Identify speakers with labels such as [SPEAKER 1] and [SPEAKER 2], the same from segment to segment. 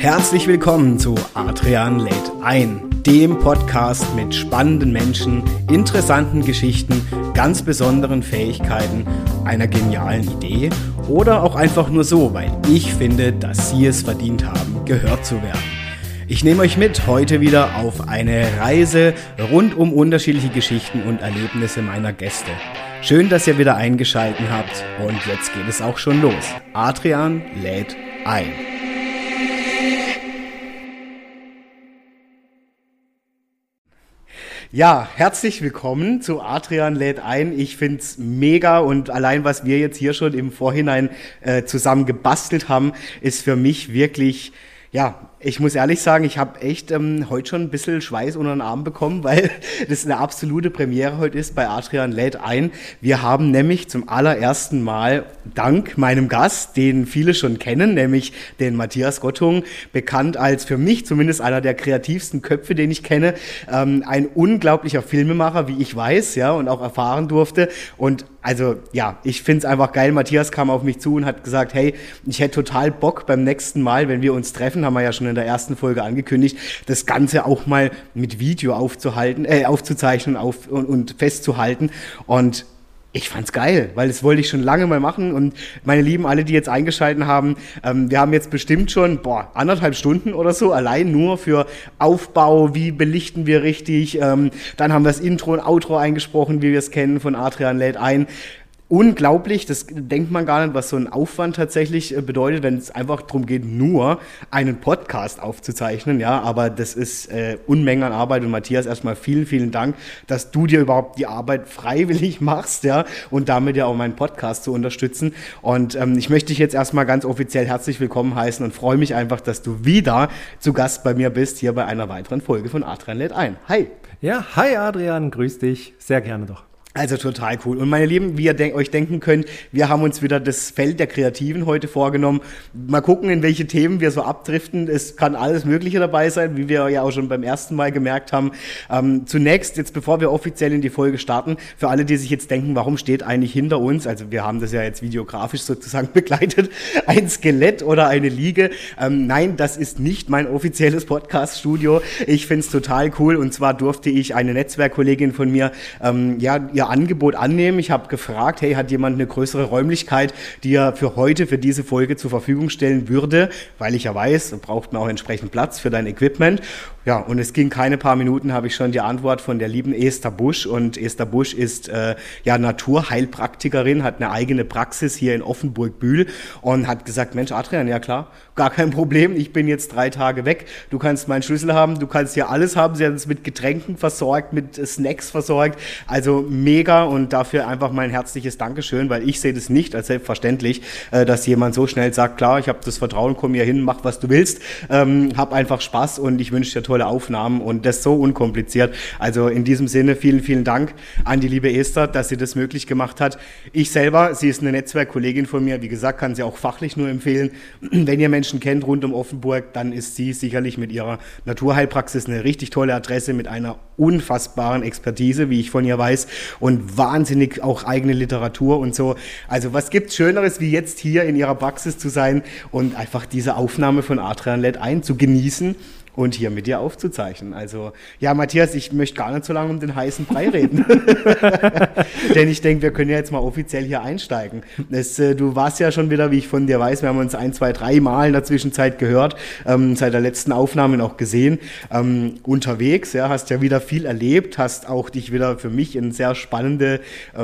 [SPEAKER 1] Herzlich willkommen zu Adrian lädt ein, dem Podcast mit spannenden Menschen, interessanten Geschichten, ganz besonderen Fähigkeiten, einer genialen Idee oder auch einfach nur so, weil ich finde, dass Sie es verdient haben, gehört zu werden. Ich nehme euch mit heute wieder auf eine Reise rund um unterschiedliche Geschichten und Erlebnisse meiner Gäste. Schön, dass ihr wieder eingeschaltet habt und jetzt geht es auch schon los. Adrian lädt ein. Ja, herzlich willkommen zu Adrian lädt ein. Ich find's mega und allein was wir jetzt hier schon im Vorhinein zusammen gebastelt haben, ist für mich wirklich, ja, ich muss ehrlich sagen, ich habe echt heute schon ein bisschen Schweiß unter den Arm bekommen, weil das eine absolute Premiere heute ist bei Adrian lädt ein. Wir haben nämlich zum allerersten Mal dank meinem Gast, den viele schon kennen, nämlich den Matthias Gottung, bekannt als für mich zumindest einer der kreativsten Köpfe, den ich kenne, ein unglaublicher Filmemacher, wie ich weiß, ja, und auch erfahren durfte. Und also ja, ich finde es einfach geil. Matthias kam auf mich zu und hat gesagt, hey, ich hätte total Bock beim nächsten Mal, wenn wir uns treffen, haben wir ja schon in der ersten Folge angekündigt, das Ganze auch mal mit Video aufzuzeichnen und festzuhalten. Und ich fand's geil, weil das wollte ich schon lange mal machen. Und meine Lieben, alle, die jetzt eingeschaltet haben, wir haben jetzt bestimmt schon 1,5 Stunden oder so allein nur für Aufbau, wie belichten wir richtig. Dann haben wir das Intro und Outro eingesprochen, wie wir es kennen von Adrian lädt ein. Unglaublich, das denkt man gar nicht, was so ein Aufwand tatsächlich bedeutet, wenn es einfach darum geht, nur einen Podcast aufzuzeichnen, ja, aber das ist Unmengen an Arbeit und Matthias, erstmal vielen, vielen Dank, dass du dir überhaupt die Arbeit freiwillig machst, ja, und damit ja auch meinen Podcast zu unterstützen und ich möchte dich jetzt erstmal ganz offiziell herzlich willkommen heißen und freue mich einfach, dass du wieder zu Gast bei mir bist, hier bei einer weiteren Folge von Adrian lädt ein. Hi!
[SPEAKER 2] Ja, hi Adrian, grüß dich, sehr gerne doch.
[SPEAKER 1] Also total cool. Und meine Lieben, wie ihr euch denken könnt, wir haben uns wieder das Feld der Kreativen heute vorgenommen. Mal gucken, in welche Themen wir so abdriften. Es kann alles Mögliche dabei sein, wie wir ja auch schon beim ersten Mal gemerkt haben. Zunächst, jetzt bevor wir offiziell in die Folge starten, für alle, die sich jetzt denken, warum steht eigentlich hinter uns, also wir haben das ja jetzt videografisch sozusagen begleitet, ein Skelett oder eine Liege. Nein, das ist nicht mein offizielles Podcast-Studio. Ich find's total cool und zwar durfte ich eine Netzwerkkollegin von mir, ihr Angebot annehmen. Ich habe gefragt, hey, hat jemand eine größere Räumlichkeit, die er für heute, für diese Folge zur Verfügung stellen würde, weil ich ja weiß, da braucht man auch entsprechend Platz für dein Equipment. Ja, und es ging keine paar Minuten, habe ich schon die Antwort von der lieben Esther Busch und Esther Busch ist Naturheilpraktikerin, hat eine eigene Praxis hier in Offenburg-Bühl und hat gesagt, Mensch Adrian, ja klar, gar kein Problem, ich bin jetzt 3 Tage weg, du kannst meinen Schlüssel haben, du kannst hier alles haben, sie hat uns mit Getränken versorgt, mit Snacks versorgt, also mega und dafür einfach mein herzliches Dankeschön, weil ich sehe das nicht als selbstverständlich, dass jemand so schnell sagt, klar, ich habe das Vertrauen, komm hier hin, mach was du willst, hab einfach Spaß und ich wünsche dir tolle Aufnahmen und das so unkompliziert. Also in diesem Sinne vielen, vielen Dank an die liebe Esther, dass sie das möglich gemacht hat. Ich selber, sie ist eine Netzwerkkollegin von mir, wie gesagt, kann sie auch fachlich nur empfehlen. Wenn ihr Menschen kennt rund um Offenburg, dann ist sie sicherlich mit ihrer Naturheilpraxis eine richtig tolle Adresse mit einer unfassbaren Expertise, wie ich von ihr weiß und wahnsinnig auch eigene Literatur und so. Also was gibt's Schöneres, wie jetzt hier in ihrer Praxis zu sein und einfach diese Aufnahme von Adrian lädt ein zu genießen und hier mit dir aufzuzeichnen. Also, ja, Matthias, ich möchte gar nicht so lange um den heißen Brei reden. Denn ich denke, wir können ja jetzt mal offiziell hier einsteigen. Du warst ja schon wieder, wie ich von dir weiß, wir haben uns 1, 2, 3 Mal in der Zwischenzeit gehört, seit der letzten Aufnahme auch gesehen, unterwegs, ja, hast ja wieder viel erlebt, hast auch dich wieder für mich in sehr spannende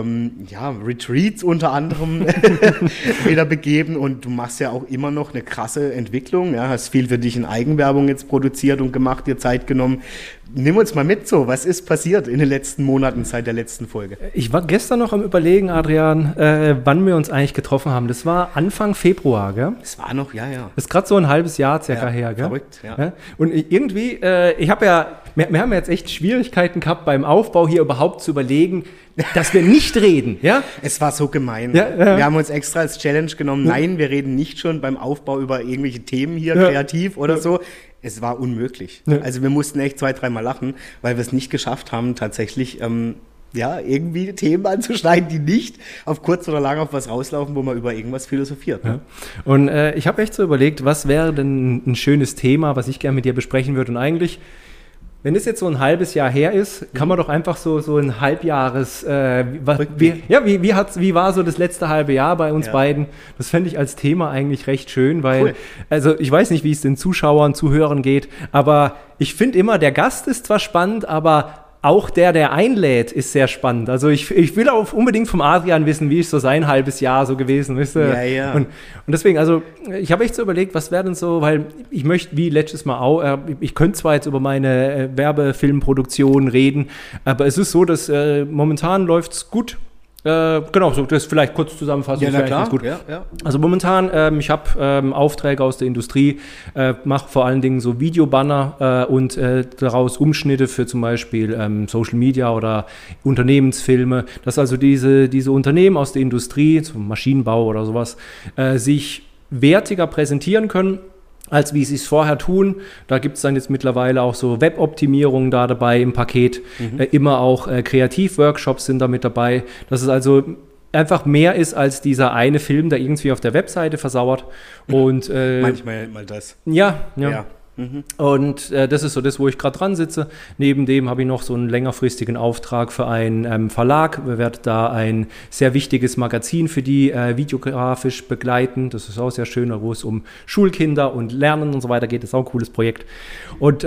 [SPEAKER 1] Retreats unter anderem wieder begeben und du machst ja auch immer noch eine krasse Entwicklung, ja, hast viel für dich in Eigenwerbung jetzt produziert und gemacht, dir Zeit genommen. Nimm uns mal mit so, was ist passiert in den letzten Monaten seit der letzten Folge?
[SPEAKER 2] Ich war gestern noch am Überlegen, Adrian, wann wir uns eigentlich getroffen haben. Das war Anfang Februar, gell?
[SPEAKER 1] Das war noch, ja.
[SPEAKER 2] Das ist gerade so ein halbes Jahr circa her, gell?
[SPEAKER 1] Verrückt, ja.
[SPEAKER 2] Und irgendwie, wir haben jetzt echt Schwierigkeiten gehabt beim Aufbau hier überhaupt zu überlegen, dass wir nicht reden, ja?
[SPEAKER 1] Es war so gemein.
[SPEAKER 2] Ja.
[SPEAKER 1] Wir haben uns extra als Challenge genommen, nein, wir reden nicht schon beim Aufbau über irgendwelche Themen hier, kreativ oder so. Es war unmöglich. Also wir mussten echt 2, 3 Mal lachen, weil wir es nicht geschafft haben, tatsächlich ja, irgendwie Themen anzuschneiden, die nicht auf kurz oder lang auf was rauslaufen, wo man über irgendwas philosophiert. Ne?
[SPEAKER 2] Ja. Und ich habe echt so überlegt, was wäre denn ein schönes Thema, was ich gerne mit dir besprechen würde. Und eigentlich, wenn es jetzt so ein halbes Jahr her ist, kann man doch einfach so ein Halbjahres, wie war so das letzte halbe Jahr bei uns beiden? Das fände ich als Thema eigentlich recht schön, weil, also ich weiß nicht, wie es den Zuschauern, Zuhörern geht, aber ich finde immer, der Gast ist zwar spannend, aber auch der einlädt, ist sehr spannend. Also ich will auch unbedingt vom Adrian wissen, wie ist so sein halbes Jahr so gewesen, weißt du?
[SPEAKER 1] Ja.
[SPEAKER 2] Und deswegen, also ich habe echt so überlegt, was wäre denn so, weil ich möchte, wie letztes Mal auch, ich könnte zwar jetzt über meine Werbefilmproduktion reden, aber es ist so, dass momentan läuft's gut. Genau, so das vielleicht kurz zusammenfassen.
[SPEAKER 1] Ja, na klar.
[SPEAKER 2] Ganz gut.
[SPEAKER 1] Ja.
[SPEAKER 2] Also momentan, ich habe Aufträge aus der Industrie, mache vor allen Dingen so Videobanner und daraus Umschnitte für zum Beispiel Social Media oder Unternehmensfilme, dass also diese Unternehmen aus der Industrie, zum Maschinenbau oder sowas, sich wertiger präsentieren können, als wie sie es vorher tun. Da gibt es dann jetzt mittlerweile auch so Weboptimierungen da dabei im Paket. Immer auch Kreativworkshops sind da mit dabei. Dass es also einfach mehr ist als dieser eine Film, der irgendwie auf der Webseite versauert. Und,
[SPEAKER 1] manchmal mal das.
[SPEAKER 2] Ja.
[SPEAKER 1] Mhm.
[SPEAKER 2] Und das ist so das, wo ich gerade dran sitze. Neben dem habe ich noch so einen längerfristigen Auftrag für einen Verlag. Wir werden da ein sehr wichtiges Magazin für die videografisch begleiten. Das ist auch sehr schön, wo es um Schulkinder und Lernen und so weiter geht. Das ist auch ein cooles Projekt. Und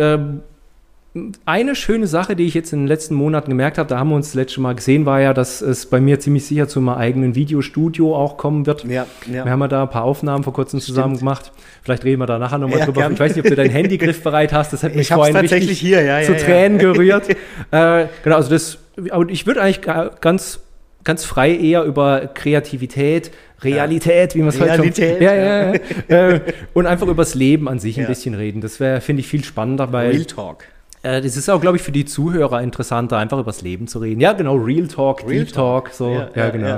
[SPEAKER 2] eine schöne Sache, die ich jetzt in den letzten Monaten gemerkt habe, da haben wir uns das letzte Mal gesehen, war ja, dass es bei mir ziemlich sicher zu meinem eigenen Videostudio auch kommen wird.
[SPEAKER 1] Ja.
[SPEAKER 2] Wir haben ja da ein paar Aufnahmen vor kurzem zusammen gemacht. Vielleicht reden wir da nachher nochmal drüber.
[SPEAKER 1] Gern.
[SPEAKER 2] Ich weiß nicht, ob du dein Handy griffbereit hast. Das hat mich vorhin
[SPEAKER 1] tatsächlich hier,
[SPEAKER 2] zu Tränen gerührt. Genau, also das, und ich würde eigentlich ganz frei eher über Kreativität, Realität, wie man es heute schon... und einfach über das Leben an sich ein bisschen reden. Das finde ich viel spannender, weil...
[SPEAKER 1] Real Talk.
[SPEAKER 2] Das ist auch, glaube ich, für die Zuhörer interessanter, einfach über das Leben zu reden. Ja, genau, Real Talk, Deep Talk, so. Genau.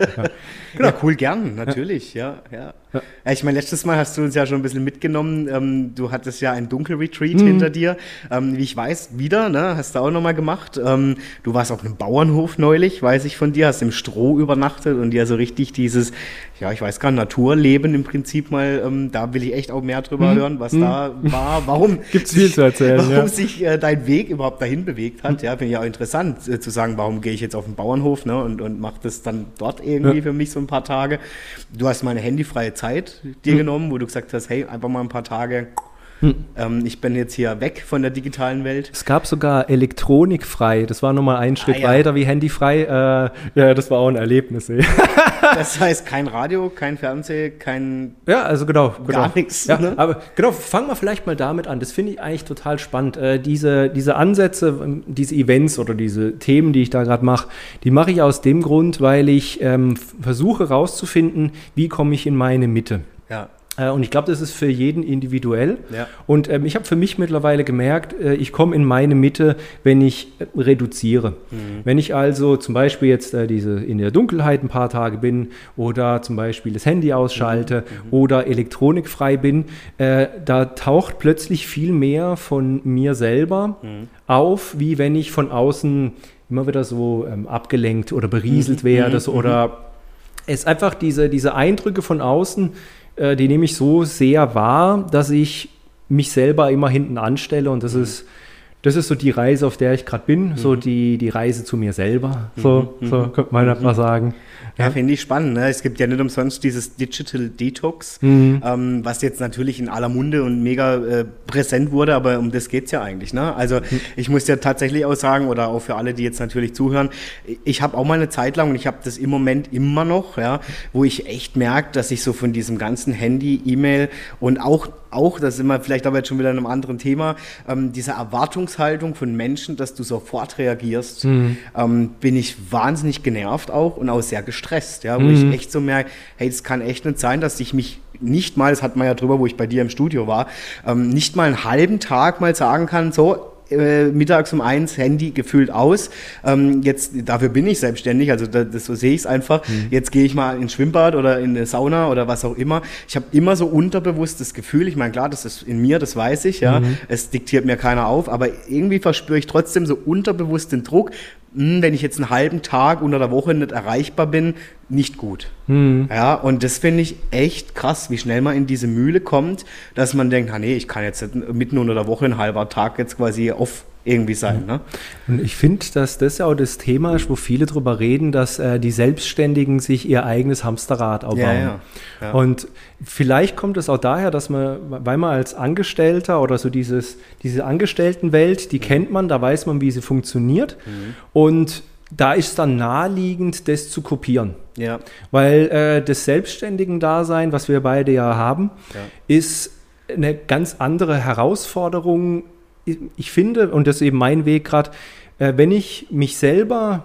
[SPEAKER 1] Ja, cool, gern, natürlich, ja. Ich meine, letztes Mal hast du uns ja schon ein bisschen mitgenommen. Du hattest ja ein Dunkelretreat hinter dir. Wie ich weiß, wieder, ne, hast du auch nochmal gemacht. Du warst auf einem Bauernhof neulich, weiß ich von dir, hast im Stroh übernachtet und ja so richtig dieses, ja, ich weiß gar nicht, Naturleben im Prinzip mal, da will ich echt auch mehr drüber hören, was da war, warum
[SPEAKER 2] gibt's viel zu erzählen,
[SPEAKER 1] warum sich dein Weg überhaupt dahin bewegt hat. Ja, finde ich auch interessant zu sagen, warum gehe ich jetzt auf den Bauernhof, ne, und mache das dann dort irgendwie für mich so ein paar Tage. Du hast mal eine handyfreie Zeit dir genommen, wo du gesagt hast, hey, einfach mal ein paar Tage, ich bin jetzt hier weg von der digitalen Welt.
[SPEAKER 2] Es gab sogar elektronikfrei, das war nochmal einen Schritt weiter wie handyfrei. Ja, das war auch ein Erlebnis.
[SPEAKER 1] Das heißt, kein Radio, kein Fernsehen, kein...
[SPEAKER 2] Ja, also genau.
[SPEAKER 1] Gar nichts.
[SPEAKER 2] Ja, ne? Aber genau, fangen wir vielleicht mal damit an. Das finde ich eigentlich total spannend. Diese Ansätze, diese Events oder diese Themen, die ich da gerade mache, die mache ich aus dem Grund, weil ich versuche rauszufinden, wie komme ich in meine Mitte.
[SPEAKER 1] Ja.
[SPEAKER 2] Und ich glaube, das ist für jeden individuell.
[SPEAKER 1] Ja.
[SPEAKER 2] Und ich habe für mich mittlerweile gemerkt, ich komme in meine Mitte, wenn ich reduziere. Wenn ich also zum Beispiel jetzt in der Dunkelheit ein paar Tage bin oder zum Beispiel das Handy ausschalte oder elektronikfrei bin, da taucht plötzlich viel mehr von mir selber auf, wie wenn ich von außen immer wieder so abgelenkt oder berieselt werde oder es einfach diese Eindrücke von außen, die nehme ich so sehr wahr, dass ich mich selber immer hinten anstelle und das ist so die Reise, auf der ich gerade bin, so die Reise zu mir selber, so könnte man mal sagen.
[SPEAKER 1] Ja, finde ich spannend. Ne? Es gibt ja nicht umsonst dieses Digital Detox, was jetzt natürlich in aller Munde und mega präsent wurde, aber um das geht's ja eigentlich. Ne? Also ich muss ja tatsächlich auch sagen, oder auch für alle, die jetzt natürlich zuhören, ich habe auch mal eine Zeit lang und ich habe das im Moment immer noch, ja, wo ich echt merke, dass ich so von diesem ganzen Handy, E-Mail und auch, das sind wir vielleicht aber jetzt schon wieder in einem anderen Thema, diese Erwartungshaltung von Menschen, dass du sofort reagierst, bin ich wahnsinnig genervt auch und auch sehr gestresst, ja, wo ich echt so merke, hey, es kann echt nicht sein, dass ich mich nicht mal, das hatten wir ja drüber, wo ich bei dir im Studio war, nicht mal einen halben Tag mal sagen kann, so, mittags um 1 Handy gefühlt aus. Jetzt, dafür bin ich selbstständig, also so sehe ich es einfach. Jetzt gehe ich mal ins Schwimmbad oder in eine Sauna oder was auch immer. Ich habe immer so unterbewusstes Gefühl, ich meine, klar, das ist in mir, das weiß ich, ja. Es diktiert mir keiner auf, aber irgendwie verspüre ich trotzdem so unterbewusst den Druck, wenn ich jetzt einen halben Tag unter der Woche nicht erreichbar bin, nicht gut. Ja, und das finde ich echt krass, wie schnell man in diese Mühle kommt, dass man denkt, nee, ich kann jetzt mitten unter der Woche ein halber Tag jetzt quasi off irgendwie sein. Ne?
[SPEAKER 2] Und ich finde, dass das ja auch das Thema ist, wo viele drüber reden, dass die Selbstständigen sich ihr eigenes Hamsterrad aufbauen. Ja. Und vielleicht kommt es auch daher, dass man, weil man als Angestellter oder so diese Angestelltenwelt, die kennt man, da weiß man, wie sie funktioniert. Und da ist es dann naheliegend, das zu kopieren. Ja. Weil das Selbstständigen-Dasein, was wir beide ja haben, ist eine ganz andere Herausforderung. Ich finde, und das ist eben mein Weg gerade, wenn ich mich selber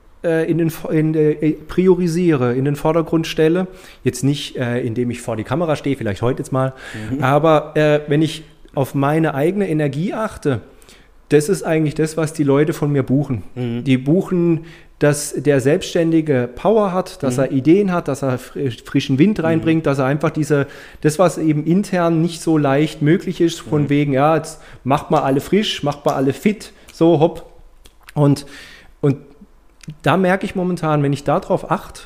[SPEAKER 2] priorisiere, in den Vordergrund stelle, jetzt nicht, indem ich vor die Kamera stehe, vielleicht heute jetzt mal, aber wenn ich auf meine eigene Energie achte, das ist eigentlich das, was die Leute von mir buchen. Die buchen, dass der Selbstständige Power hat, dass er Ideen hat, dass er frischen Wind reinbringt, dass er einfach das, was eben intern nicht so leicht möglich ist, von wegen, ja, jetzt macht mal alle frisch, macht mal alle fit, so hopp. Und da merke ich momentan, wenn ich darauf achte,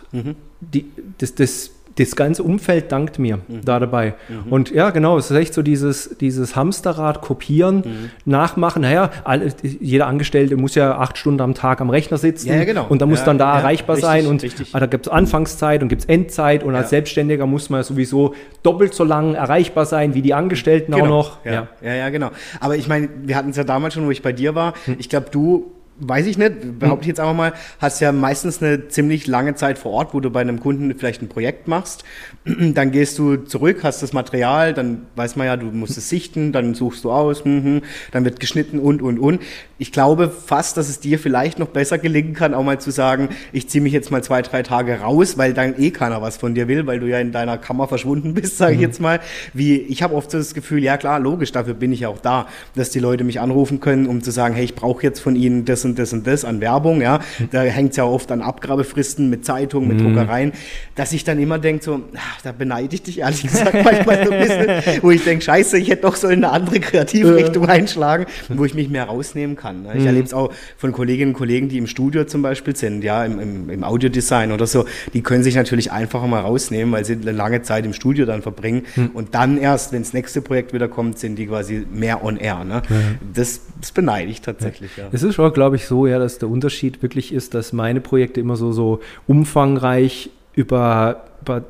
[SPEAKER 2] das ganze Umfeld dankt mir da dabei. Und ja, genau, es ist echt so dieses Hamsterrad kopieren, nachmachen. Naja, jeder Angestellte muss ja 8 Stunden am Tag am Rechner sitzen.
[SPEAKER 1] Ja, genau.
[SPEAKER 2] Und dann muss dann da erreichbar
[SPEAKER 1] richtig,
[SPEAKER 2] sein. Und
[SPEAKER 1] richtig.
[SPEAKER 2] da gibt es Anfangszeit und gibt es Endzeit. Und als Selbstständiger muss man sowieso doppelt so lang erreichbar sein wie die Angestellten auch noch.
[SPEAKER 1] Ja, genau. Aber ich meine, wir hatten es ja damals schon, wo ich bei dir war. Ich glaube, du... Weiß ich nicht, behaupte ich jetzt einfach mal, hast ja meistens eine ziemlich lange Zeit vor Ort, wo du bei einem Kunden vielleicht ein Projekt machst. Dann gehst du zurück, hast das Material, dann weiß man ja, du musst es sichten, dann suchst du aus, dann wird geschnitten und. Ich glaube fast, dass es dir vielleicht noch besser gelingen kann, auch mal zu sagen, ich ziehe mich jetzt mal 2-3 Tage raus, weil dann keiner was von dir will, weil du ja in deiner Kammer verschwunden bist, sage ich jetzt mal. Ich habe oft so das Gefühl, ja klar, logisch, dafür bin ich ja auch da, dass die Leute mich anrufen können, um zu sagen, hey, ich brauche jetzt von Ihnen das und das an Werbung, ja. Da hängt es ja oft an Abgabefristen mit Zeitungen, mit Druckereien, dass ich dann immer denke, so, da beneide ich dich ehrlich gesagt manchmal so ein bisschen, wo ich denke, scheiße, ich hätte doch so in eine andere Kreativrichtung einschlagen, wo ich mich mehr rausnehmen kann. Ne? Ich erlebe es auch von Kolleginnen und Kollegen, die im Studio zum Beispiel sind, ja, im Audiodesign oder so, die können sich natürlich einfacher mal rausnehmen, weil sie eine lange Zeit im Studio dann verbringen und dann erst, wenn das nächste Projekt wieder kommt, sind die quasi mehr on air. Ne? Das beneide ich tatsächlich. Ja.
[SPEAKER 2] Es ist auch, glaube ich, so, ja, dass der Unterschied wirklich ist, dass meine Projekte immer so umfangreich über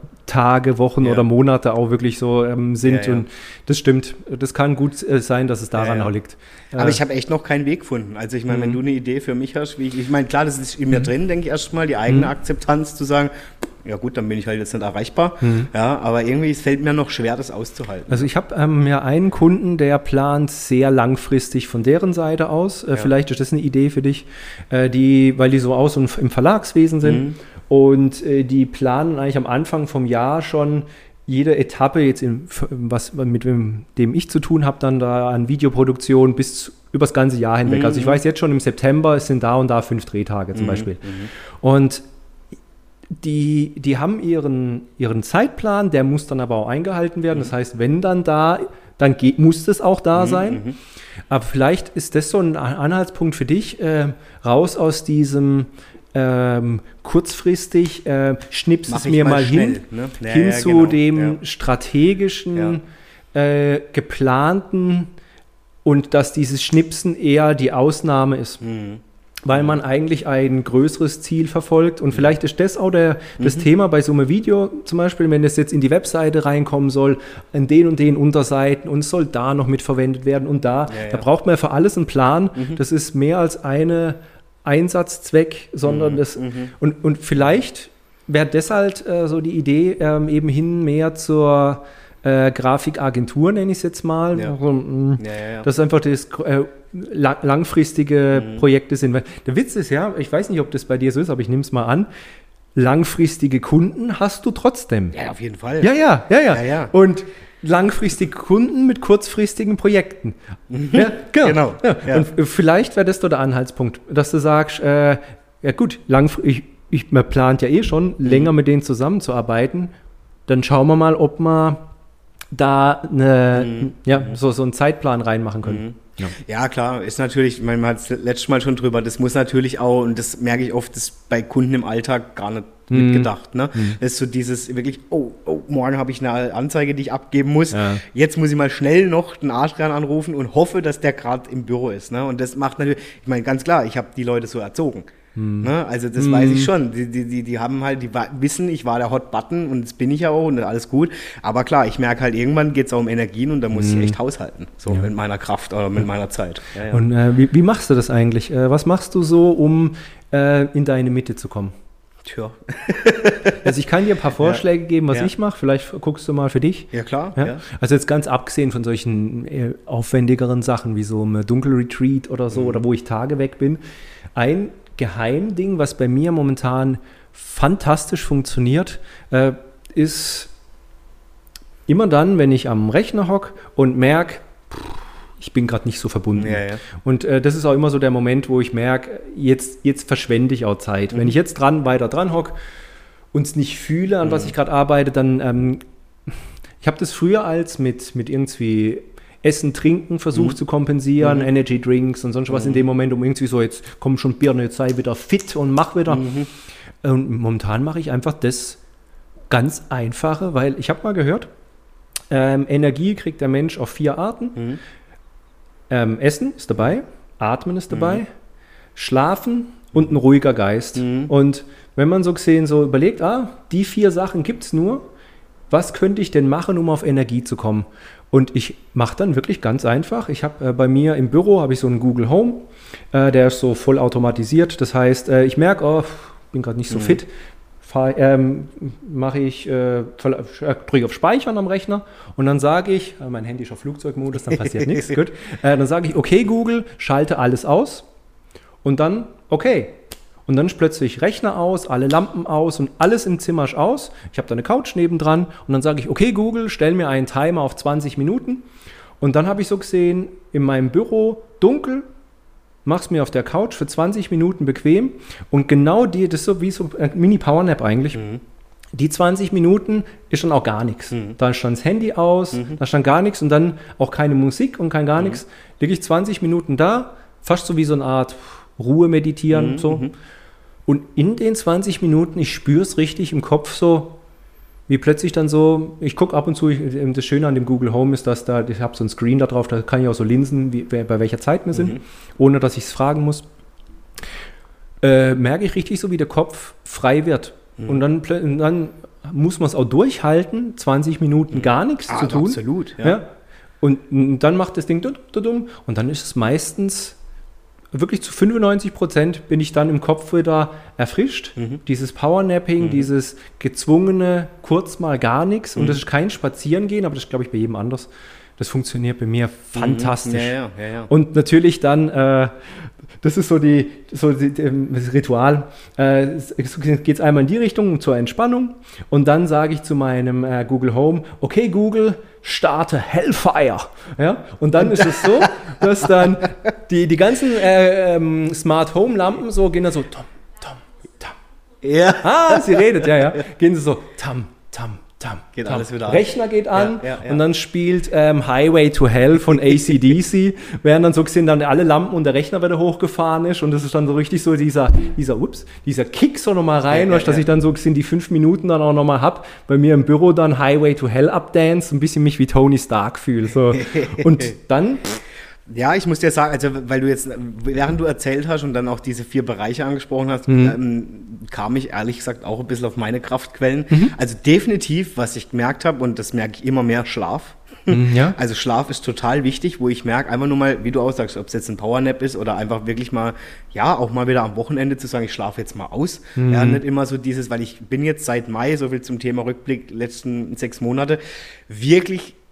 [SPEAKER 2] Tage, Wochen oder Monate auch wirklich so sind. Und das stimmt. Das kann gut sein, dass es daran auch liegt.
[SPEAKER 1] Aber ich habe echt noch keinen Weg gefunden. Also ich meine, wenn du eine Idee für mich hast, ich meine, klar, das ist in mir drin, denke ich erstmal, die eigene Akzeptanz zu sagen, ja gut, dann bin ich halt jetzt nicht erreichbar. Ja, aber irgendwie es fällt mir noch schwer, das auszuhalten.
[SPEAKER 2] Also ich habe ja einen Kunden, der plant sehr langfristig von deren Seite aus. Vielleicht ist das eine Idee für dich, weil die so aus und im Verlagswesen sind. Und die planen eigentlich am Anfang vom Jahr schon jede Etappe, jetzt was mit dem ich zu tun habe, dann da an Videoproduktion bis übers ganze Jahr hinweg. Also ich weiß jetzt schon, im September es sind da und da 5 Drehtage zum Beispiel. Und die haben ihren Zeitplan, der muss dann aber auch eingehalten werden. Das heißt, wenn dann muss es auch da sein. Aber vielleicht ist das so ein Anhaltspunkt für dich, raus aus diesem kurzfristig schnippst es mir mal schnell, hin zu dem strategischen, geplanten und dass dieses Schnipsen eher die Ausnahme ist. Weil man eigentlich ein größeres Ziel verfolgt. Und vielleicht ist das auch das Thema bei so einem Video zum Beispiel, wenn es jetzt in die Webseite reinkommen soll, an den und den Unterseiten und es soll da noch mitverwendet werden und da. Da braucht man für alles einen Plan. Das ist mehr als eine Einsatzzweck, sondern und vielleicht wäre deshalb so die Idee eben hin mehr zur Grafikagentur, nenne ich es jetzt mal. Dass einfach das langfristige Projekte sind. Weil der Witz ist ja, ich weiß nicht, ob das bei dir so ist, aber ich nehme es mal an, langfristige Kunden hast du trotzdem.
[SPEAKER 1] Ja, auf jeden Fall.
[SPEAKER 2] Ja. Und langfristige Kunden mit kurzfristigen Projekten. Ja, genau. Ja. Ja. Und vielleicht wäre das doch der Anhaltspunkt, dass du sagst, ja gut, man plant ja eh schon, länger mit denen zusammenzuarbeiten. Dann schauen wir mal, ob wir da so einen Zeitplan reinmachen können.
[SPEAKER 1] Ja, klar, ist natürlich, man hat es letztes Mal schon drüber, das muss natürlich auch, und das merke ich oft, das bei Kunden im Alltag gar nicht mitgedacht. Ne? Das ist so dieses wirklich, morgen habe ich eine Anzeige, die ich abgeben muss. Ja. Jetzt muss ich mal schnell noch den Adrian anrufen und hoffe, dass der gerade im Büro ist. Ne? Und das macht natürlich, ich meine, ganz klar, ich habe die Leute so erzogen. Ne? Also das weiß ich schon. Die haben halt, die wissen, ich war der Hot Button und das bin ich ja auch und alles gut. Aber klar, ich merke halt, irgendwann geht es auch um Energien und da muss ich echt haushalten. So mit meiner Kraft oder mit meiner Zeit. Ja.
[SPEAKER 2] Und wie machst du das eigentlich? Was machst du so, um in deine Mitte zu kommen?
[SPEAKER 1] Tja.
[SPEAKER 2] Also ich kann dir ein paar Vorschläge geben, was ich mache. Vielleicht guckst du mal für dich.
[SPEAKER 1] Ja, klar.
[SPEAKER 2] Ja? Also jetzt ganz abgesehen von solchen aufwendigeren Sachen wie so ein Dunkelretreat oder so oder wo ich Tage weg bin. Ein Geheimding, was bei mir momentan fantastisch funktioniert, ist immer dann, wenn ich am Rechner hocke und merke, ich bin gerade nicht so verbunden. Ja. Und das ist auch immer so der Moment, wo ich merke, jetzt verschwende ich auch Zeit. Wenn ich jetzt weiter dran hocke und es nicht fühle, an was ich gerade arbeite, dann ich habe das früher als mit irgendwie Essen, Trinken versucht zu kompensieren, Energy Drinks und sonst was in dem Moment, um irgendwie so, jetzt komm schon Birne, jetzt sei wieder fit und mach wieder. Und momentan mache ich einfach das ganz Einfache, weil ich habe mal gehört, Energie kriegt der Mensch auf 4 Arten. Essen ist dabei, Atmen ist dabei, Schlafen und ein ruhiger Geist. Und wenn man so gesehen so überlegt, die 4 Sachen gibt es nur, was könnte ich denn machen, um auf Energie zu kommen? Und ich mache dann wirklich ganz einfach. Ich habe bei mir im Büro habe ich so einen Google Home, der ist so voll automatisiert. Das heißt, ich merke, bin gerade nicht so fit, drücke auf Speichern am Rechner und dann sage ich, mein Handy ist auf Flugzeugmodus, dann passiert nichts, gut. Dann sage ich, okay Google, schalte alles aus und dann, okay. Und dann ist plötzlich Rechner aus, alle Lampen aus und alles im Zimmer ist aus. Ich habe da eine Couch nebendran und dann sage ich, okay Google, stell mir einen Timer auf 20 Minuten. Und dann habe ich so gesehen, in meinem Büro dunkel, mach's mir auf der Couch für 20 Minuten bequem. Und genau das ist so wie so ein Mini-Powernap eigentlich. Die 20 Minuten ist dann auch gar nichts. Da stand das Handy aus, da stand gar nichts und dann auch keine Musik und kein gar nichts. Liege ich 20 Minuten da, fast so wie so eine Art Ruhe meditieren. So. Und in den 20 Minuten, ich spüre es richtig im Kopf so, wie plötzlich dann so, ich gucke ab und zu, das Schöne an dem Google Home ist, dass ich habe so ein Screen da drauf, da kann ich auch so linsen, bei welcher Zeit wir sind, ohne dass ich es fragen muss. Merke ich richtig so, wie der Kopf frei wird. Und dann muss man es auch durchhalten, 20 Minuten gar nichts zu tun.
[SPEAKER 1] Absolut, ja.
[SPEAKER 2] Und dann macht das Ding und dann ist es meistens wirklich zu 95% bin ich dann im Kopf wieder erfrischt. Dieses Powernapping, dieses gezwungene, kurz mal gar nichts. Und das ist kein Spazierengehen, aber das ist, glaube ich, bei jedem anders. Das funktioniert bei mir fantastisch.
[SPEAKER 1] Ja.
[SPEAKER 2] Und natürlich dann, das ist so das Ritual, geht es einmal in die Richtung zur Entspannung und dann sage ich zu meinem Google Home, okay Google, starte Hellfire. Ja? Und dann ist es so, dass dann die ganzen Smart Home Lampen so gehen dann so tom, tom, tom.
[SPEAKER 1] Ja.
[SPEAKER 2] Sie redet, ja. Gehen sie so tam, tam, tam.
[SPEAKER 1] Geht
[SPEAKER 2] tam.
[SPEAKER 1] alles wieder an.
[SPEAKER 2] Rechner geht an und dann spielt Highway to Hell von AC/DC, während dann so gesehen dann alle Lampen und der Rechner wieder hochgefahren ist und das ist dann so richtig so dieser Kick so nochmal rein, dass ich dann so gesehen die 5 Minuten dann auch nochmal habe, bei mir im Büro dann Highway to Hell updance, ein bisschen mich wie Tony Stark fühle. So. Und dann...
[SPEAKER 1] Ja, ich muss dir sagen, also weil du jetzt, während du erzählt hast und dann auch diese 4 Bereiche angesprochen hast, kam ich ehrlich gesagt auch ein bisschen auf meine Kraftquellen. Also definitiv, was ich gemerkt habe, und das merke ich immer mehr, Schlaf.
[SPEAKER 2] Ja.
[SPEAKER 1] Also Schlaf ist total wichtig, wo ich merke, einfach nur mal, wie du auch sagst, ob es jetzt ein Powernap ist oder einfach wirklich mal, auch mal wieder am Wochenende zu sagen, ich schlafe jetzt mal aus. Ja, nicht immer so dieses, weil ich bin jetzt seit Mai, so viel zum Thema Rückblick, letzten 6 Monate, wirklich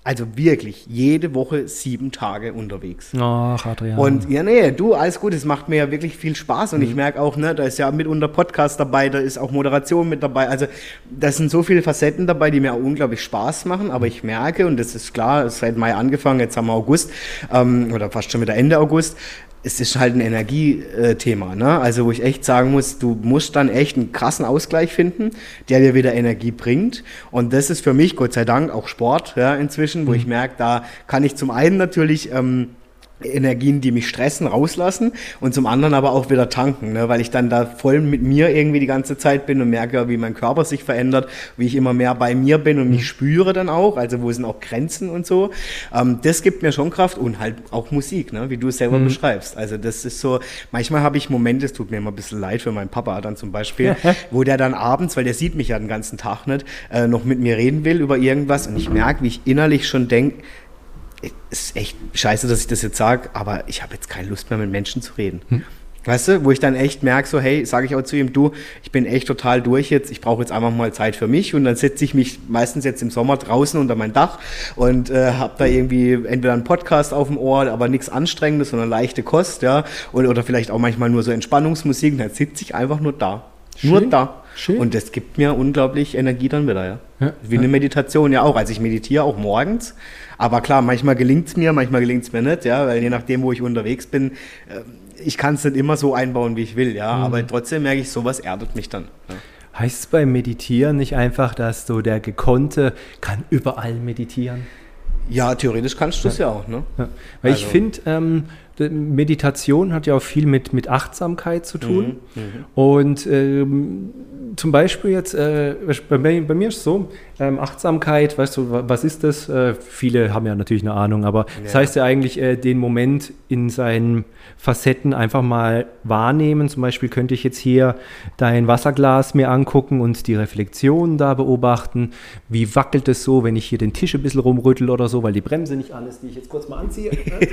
[SPEAKER 1] Also wirklich jede Woche 7 Tage unterwegs.
[SPEAKER 2] Ach, Adrian.
[SPEAKER 1] Und ja, nee, du, alles gut, es macht mir ja wirklich viel Spaß und ich merke auch, ne, da ist ja mitunter Podcast dabei, da ist auch Moderation mit dabei, also da sind so viele Facetten dabei, die mir auch unglaublich Spaß machen, aber ich merke, und das ist klar, es ist seit Mai angefangen, jetzt haben wir August, oder fast schon wieder Ende August, es ist halt ein Energiethema, ne? Also wo ich echt sagen muss, du musst dann echt einen krassen Ausgleich finden, der dir wieder Energie bringt. Und das ist für mich, Gott sei Dank, auch Sport, ja, inzwischen, wo ich merke, da kann ich zum einen natürlich Energien, die mich stressen, rauslassen und zum anderen aber auch wieder tanken, ne? Weil ich dann da voll mit mir irgendwie die ganze Zeit bin und merke, wie mein Körper sich verändert, wie ich immer mehr bei mir bin und mich spüre dann auch, also wo sind auch Grenzen und so. Das gibt mir schon Kraft und halt auch Musik, ne? Wie du es selber beschreibst. Also das ist so, manchmal habe ich Momente, es tut mir immer ein bisschen leid für meinen Papa dann zum Beispiel, wo der dann abends, weil der sieht mich ja den ganzen Tag nicht, noch mit mir reden will über irgendwas und ich merke, wie ich innerlich schon denke, es ist echt scheiße, dass ich das jetzt sage, aber ich habe jetzt keine Lust mehr, mit Menschen zu reden. Weißt du, wo ich dann echt merke, so hey, sage ich auch zu ihm, du, ich bin echt total durch jetzt, ich brauche jetzt einfach mal Zeit für mich und dann setze ich mich meistens jetzt im Sommer draußen unter mein Dach und habe da irgendwie entweder einen Podcast auf dem Ohr, aber nichts Anstrengendes, sondern leichte Kost, ja, oder vielleicht auch manchmal nur so Entspannungsmusik und dann sitze ich einfach nur da.
[SPEAKER 2] Schön.
[SPEAKER 1] Nur da.
[SPEAKER 2] Schön.
[SPEAKER 1] Und das gibt mir unglaublich Energie dann wieder, ja. Wie eine Meditation ja auch. Also ich meditiere auch morgens. Aber klar, manchmal gelingt es mir mir nicht, ja, weil je nachdem, wo ich unterwegs bin, ich kann es nicht immer so einbauen, wie ich will, ja. Aber trotzdem merke ich, sowas erdet mich dann. Ja.
[SPEAKER 2] Heißt es beim Meditieren nicht einfach, dass so der Gekonnte kann überall meditieren?
[SPEAKER 1] Ja, theoretisch kannst du es ja auch, ne?
[SPEAKER 2] Ja. Weil ich finde, Meditation hat ja auch viel mit Achtsamkeit zu tun. Und zum Beispiel jetzt, bei mir ist es so, Achtsamkeit, weißt du, was ist das? Viele haben ja natürlich eine Ahnung, aber das heißt ja eigentlich, den Moment in seinen Facetten einfach mal wahrnehmen. Zum Beispiel könnte ich jetzt hier dein Wasserglas mir angucken und die Reflexion da beobachten. Wie wackelt es so, wenn ich hier den Tisch ein bisschen rumrüttel oder so, weil die Bremse nicht an ist, die ich jetzt kurz mal anziehe.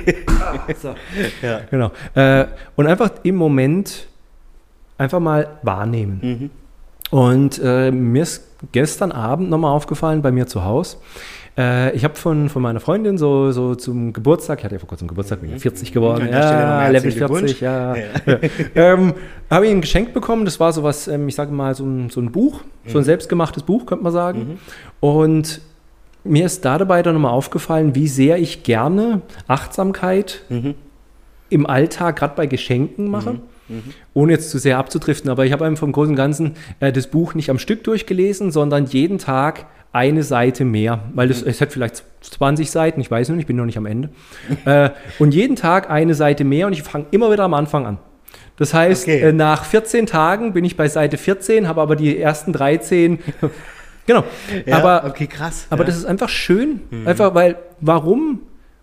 [SPEAKER 2] So. Ja. Genau. Und einfach im Moment einfach mal wahrnehmen. Und mir ist gestern Abend nochmal aufgefallen, bei mir zu Hause, ich habe von meiner Freundin so zum Geburtstag, ich hatte ja vor kurzem Geburtstag, bin ja 40 geworden, ja, Level 40, ja. Habe ich ein Geschenk bekommen, das war sowas, ich sage mal, so ein Buch, so ein selbstgemachtes Buch, könnte man sagen. Und mir ist dabei dann nochmal aufgefallen, wie sehr ich gerne Achtsamkeit im Alltag, gerade bei Geschenken mache. Ohne jetzt zu sehr abzudriften, aber ich habe einfach vom Großen und Ganzen das Buch nicht am Stück durchgelesen, sondern jeden Tag eine Seite mehr, weil es hat vielleicht 20 Seiten, ich weiß noch nicht, ich bin noch nicht am Ende. Und jeden Tag eine Seite mehr und ich fange immer wieder am Anfang an. Das heißt, nach 14 Tagen bin ich bei Seite 14, habe aber die ersten 13... Genau,
[SPEAKER 1] ja,
[SPEAKER 2] aber,
[SPEAKER 1] okay, krass.
[SPEAKER 2] Aber das ist einfach schön, einfach weil, warum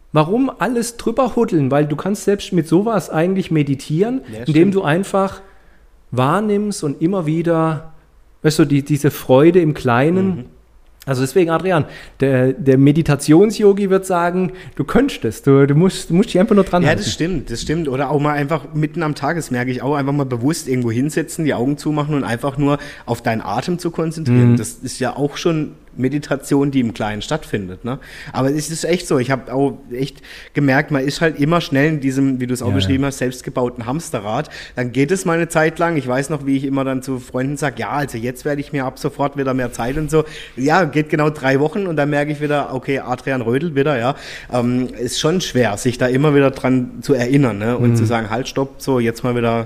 [SPEAKER 2] alles drüber huddeln? Weil du kannst selbst mit sowas eigentlich meditieren, indem du einfach wahrnimmst und immer wieder, weißt du, diese Freude im Kleinen. Also deswegen, Adrian, der Meditations-Yogi wird sagen, du könntest es, du musst dich einfach nur dran halten.
[SPEAKER 1] Ja, das stimmt. Oder auch mal einfach mitten am Tag, das merke ich auch, einfach mal bewusst irgendwo hinsetzen, die Augen zumachen und einfach nur auf deinen Atem zu konzentrieren. Das ist ja auch schon Meditation, die im Kleinen stattfindet, ne? Aber es ist echt so, ich habe auch echt gemerkt, man ist halt immer schnell in diesem, wie du es auch beschrieben hast, selbstgebauten Hamsterrad. Dann geht es mal eine Zeit lang, ich weiß noch, wie ich immer dann zu Freunden sage, ja, also jetzt werde ich mir ab sofort wieder mehr Zeit und so. Ja, geht genau 3 Wochen und dann merke ich wieder, okay, Adrian rödelt wieder, ja. Ist schon schwer, sich da immer wieder dran zu erinnern, ne? Und zu sagen, halt, stopp, so, jetzt mal wieder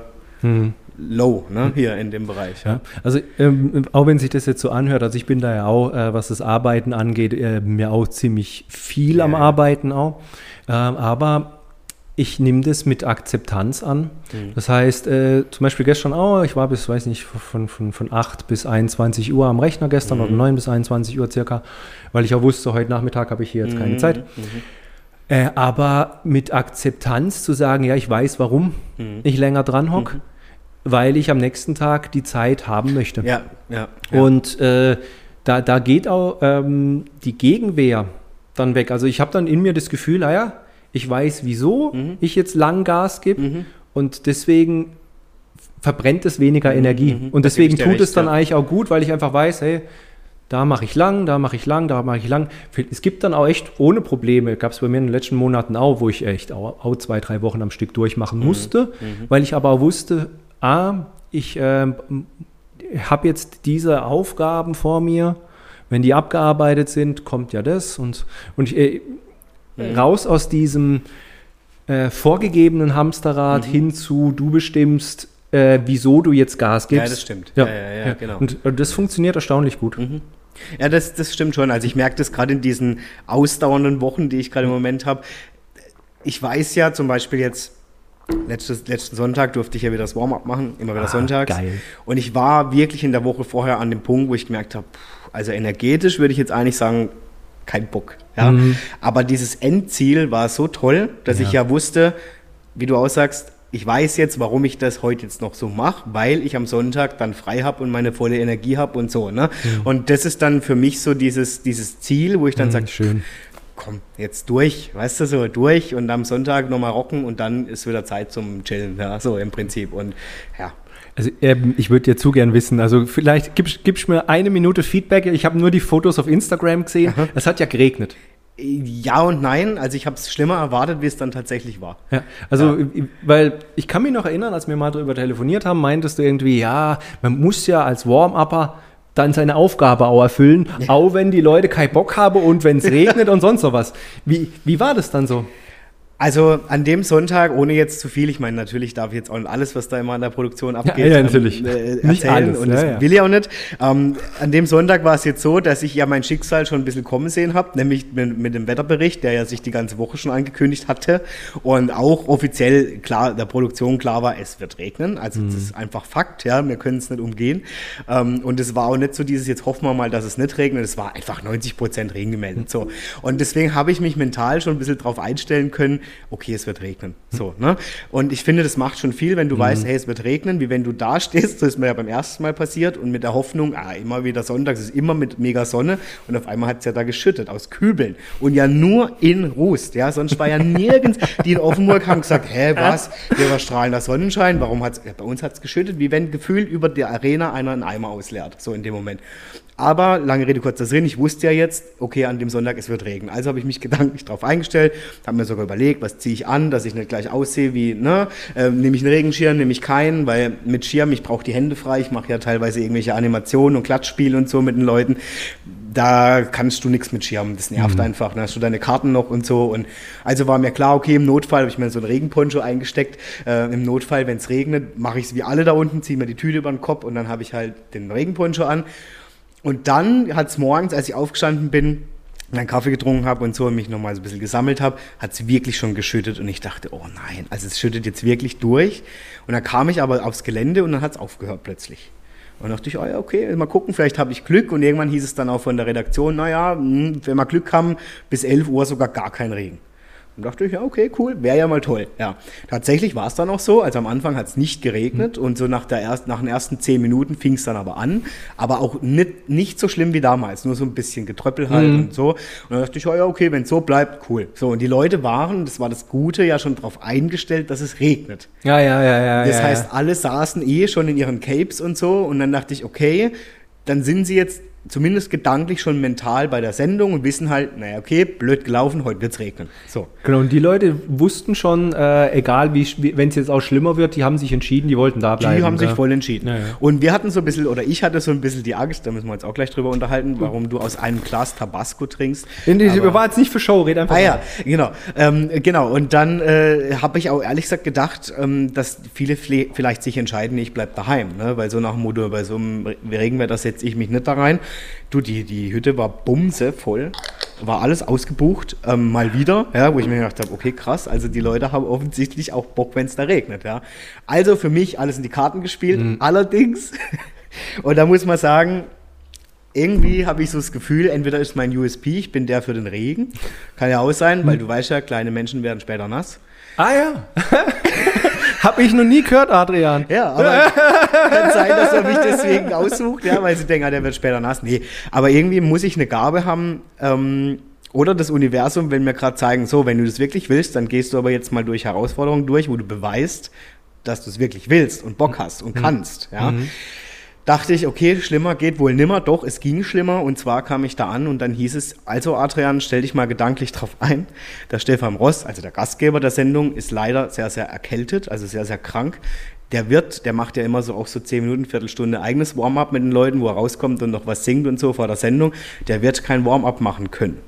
[SPEAKER 1] low, ne, hier in dem Bereich. Ja.
[SPEAKER 2] Also auch wenn sich das jetzt so anhört, also ich bin da ja auch, was das Arbeiten angeht, mir auch ziemlich viel am Arbeiten auch, aber ich nehme das mit Akzeptanz an. Das heißt, zum Beispiel gestern auch, ich war bis, weiß nicht, von 8 bis 21 Uhr am Rechner gestern oder 9 bis 21 Uhr circa, weil ich auch wusste, heute Nachmittag habe ich hier jetzt keine Zeit. Aber mit Akzeptanz zu sagen, ja, ich weiß, warum ich länger dran hocke, weil ich am nächsten Tag die Zeit haben möchte.
[SPEAKER 1] Ja.
[SPEAKER 2] Und da geht auch die Gegenwehr dann weg. Also ich habe dann in mir das Gefühl, naja, ich weiß, wieso ich jetzt lang Gas gebe und deswegen verbrennt es weniger Energie. Und deswegen tut es dann eigentlich auch gut, weil ich einfach weiß, hey, da mache ich lang, da mache ich lang, da mache ich lang. Es gibt dann auch echt ohne Probleme, gab es bei mir in den letzten Monaten auch, wo ich echt auch 2-3 Wochen am Stück durchmachen musste, weil ich aber auch wusste, ich habe jetzt diese Aufgaben vor mir, wenn die abgearbeitet sind, kommt ja das und ich raus aus diesem vorgegebenen Hamsterrad hin zu, du bestimmst, wieso du jetzt Gas gibst.
[SPEAKER 1] Ja, das stimmt. Ja, genau.
[SPEAKER 2] Und das funktioniert erstaunlich gut.
[SPEAKER 1] Ja, das stimmt schon. Also ich merke das gerade in diesen ausdauernden Wochen, die ich gerade im Moment habe. Ich weiß ja zum Beispiel jetzt, letzten Sonntag durfte ich ja wieder das Warm-up machen, immer wieder sonntags.
[SPEAKER 2] Geil.
[SPEAKER 1] Und ich war wirklich in der Woche vorher an dem Punkt, wo ich gemerkt habe, also energetisch würde ich jetzt eigentlich sagen, kein Bock. Ja? Aber dieses Endziel war so toll, dass ich ja wusste, wie du auch sagst, ich weiß jetzt, warum ich das heute jetzt noch so mache, weil ich am Sonntag dann frei habe und meine volle Energie habe und so. Ne? Und das ist dann für mich so dieses Ziel, wo ich dann sage, komm, jetzt durch, weißt du, so durch und am Sonntag nochmal rocken und dann ist wieder Zeit zum Chillen, ja, so im Prinzip. Und ja.
[SPEAKER 2] Also ich würde dir zu gern wissen, also vielleicht gibst mir 1 Minute Feedback, ich habe nur die Fotos auf Instagram gesehen, es hat ja geregnet.
[SPEAKER 1] Ja und nein, also ich habe es schlimmer erwartet, wie es dann tatsächlich war.
[SPEAKER 2] Ja, also weil ich kann mich noch erinnern, als wir mal darüber telefoniert haben, meintest du irgendwie, ja, man muss ja als Warm-Upper dann seine Aufgabe auch erfüllen, auch wenn die Leute keinen Bock haben und wenn es regnet und sonst sowas. Wie war das dann so?
[SPEAKER 1] Also an dem Sonntag, ohne jetzt zu viel, ich meine, natürlich darf ich jetzt auch nicht alles, was da immer an der Produktion abgeht,
[SPEAKER 2] natürlich.
[SPEAKER 1] Erzählen
[SPEAKER 2] nicht alles,
[SPEAKER 1] und das will ich auch nicht. An dem Sonntag war es jetzt so, dass ich ja mein Schicksal schon ein bisschen kommen sehen habe, nämlich mit dem Wetterbericht, der ja sich die ganze Woche schon angekündigt hatte und auch offiziell klar der Produktion klar war, es wird regnen, also das ist einfach Fakt, ja, wir können es nicht umgehen und es war auch nicht so dieses, jetzt hoffen wir mal, dass es nicht regnet, es war einfach 90% Regen gemeldet, so. Und deswegen habe ich mich mental schon ein bisschen drauf einstellen können, okay, es wird regnen. So, ne? Und ich finde, das macht schon viel, wenn du weißt, hey, es wird regnen, wie wenn du da stehst, das ist mir ja beim ersten Mal passiert und mit der Hoffnung, immer wieder sonntags, es ist immer mit mega Sonne und auf einmal hat es ja da geschüttet aus Kübeln und ja nur in Rust, ja, sonst war ja nirgends, die in Offenburg haben gesagt, was, hier war strahlender Sonnenschein, warum hat's, bei uns hat es geschüttet, wie wenn gefühlt über der Arena einer einen Eimer ausleert, so in dem Moment. Aber, lange Rede, kurzer Sinn, ich wusste ja jetzt, okay, an dem Sonntag, es wird regnen. Also habe ich mich gedanklich darauf eingestellt, habe mir sogar überlegt, was ziehe ich an, dass ich nicht gleich aussehe wie, nehme ich einen Regenschirm, nehme ich keinen, weil mit Schirm, ich brauche die Hände frei, ich mache ja teilweise irgendwelche Animationen und Klatschspiele und so mit den Leuten. Da kannst du nichts mit Schirm, das nervt einfach, dann hast du deine Karten noch und so. Und also war mir klar, okay, im Notfall habe ich mir so einen Regenponcho eingesteckt. Im Notfall, wenn es regnet, mache ich es wie alle da unten, ziehe mir die Tüte über den Kopf und dann habe ich halt den Regenponcho an. Und dann hat es morgens, als ich aufgestanden bin, meinen Kaffee getrunken habe und so und mich nochmal so ein bisschen gesammelt habe, hat es wirklich schon geschüttet und ich dachte, oh nein, also es schüttet jetzt wirklich durch. Und dann kam ich aber aufs Gelände und dann hat es aufgehört plötzlich. Und dann dachte ich, okay, mal gucken, vielleicht habe ich Glück. Und irgendwann hieß es dann auch von der Redaktion, wenn wir Glück haben, bis 11 Uhr sogar gar kein Regen. Und dachte ich, ja, okay, cool, wäre ja mal toll. Ja, tatsächlich war es dann auch so. Also am Anfang hat es nicht geregnet und so nach den ersten 10 Minuten fing es dann aber an. Aber auch nicht so schlimm wie damals, nur so ein bisschen getröppelt halt und so. Und dann dachte ich, ja, okay, wenn es so bleibt, cool. So, und die Leute waren, das war das Gute, ja schon darauf eingestellt, dass es regnet.
[SPEAKER 2] Ja.
[SPEAKER 1] Das heißt, alle saßen schon in ihren Capes und so. Und dann dachte ich, okay, dann sind sie jetzt zumindest gedanklich schon mental bei der Sendung und wissen halt, naja, okay, blöd gelaufen, heute wird's regnen. So.
[SPEAKER 2] Genau, und die Leute wussten schon, egal wenn es jetzt auch schlimmer wird, die haben sich entschieden, die wollten da bleiben.
[SPEAKER 1] Die haben sich voll entschieden.
[SPEAKER 2] Ja.
[SPEAKER 1] Und wir hatten so ein bisschen, oder ich hatte so ein bisschen die Angst, da müssen wir uns auch gleich drüber unterhalten, warum du aus einem Glas Tabasco trinkst.
[SPEAKER 2] War jetzt nicht für Show, red einfach.
[SPEAKER 1] Ja, genau. Genau, und dann habe ich auch ehrlich gesagt gedacht, dass viele vielleicht sich entscheiden, ich bleib daheim, ne? Weil so nach dem Motto, bei so einem Regenwetter setze ich mich nicht da rein. Du, die Hütte war bumse voll, war alles ausgebucht, mal wieder, ja, wo ich mir gedacht habe, okay, krass, also die Leute haben offensichtlich auch Bock, wenn es da regnet, ja. Also für mich alles in die Karten gespielt, allerdings, und da muss man sagen, irgendwie habe ich so das Gefühl, entweder ist mein USP, ich bin der für den Regen, kann ja auch sein, weil du weißt ja, kleine Menschen werden später nass.
[SPEAKER 2] Ah ja, hab ich noch nie gehört, Adrian.
[SPEAKER 1] Ja, aber kann sein, dass er mich deswegen aussucht, ja, weil sie denken, der wird später nass. Nee, aber irgendwie muss ich eine Gabe haben, oder das Universum, wenn mir gerade zeigen, so, wenn du das wirklich willst, dann gehst du aber jetzt mal durch Herausforderungen durch, wo du beweist, dass du es wirklich willst und Bock hast und kannst, ja. dachte ich, okay, schlimmer geht wohl nimmer. Doch, es ging schlimmer. Und zwar kam ich da an und dann hieß es, also Adrian, stell dich mal gedanklich drauf ein. Der Stefan Ross, also der Gastgeber der Sendung, ist leider sehr, sehr erkältet, also sehr, sehr krank. Der macht ja immer so auch so 10 Minuten, Viertelstunde eigenes Warm-up mit den Leuten, wo er rauskommt und noch was singt und so vor der Sendung. Der wird kein Warm-up machen können.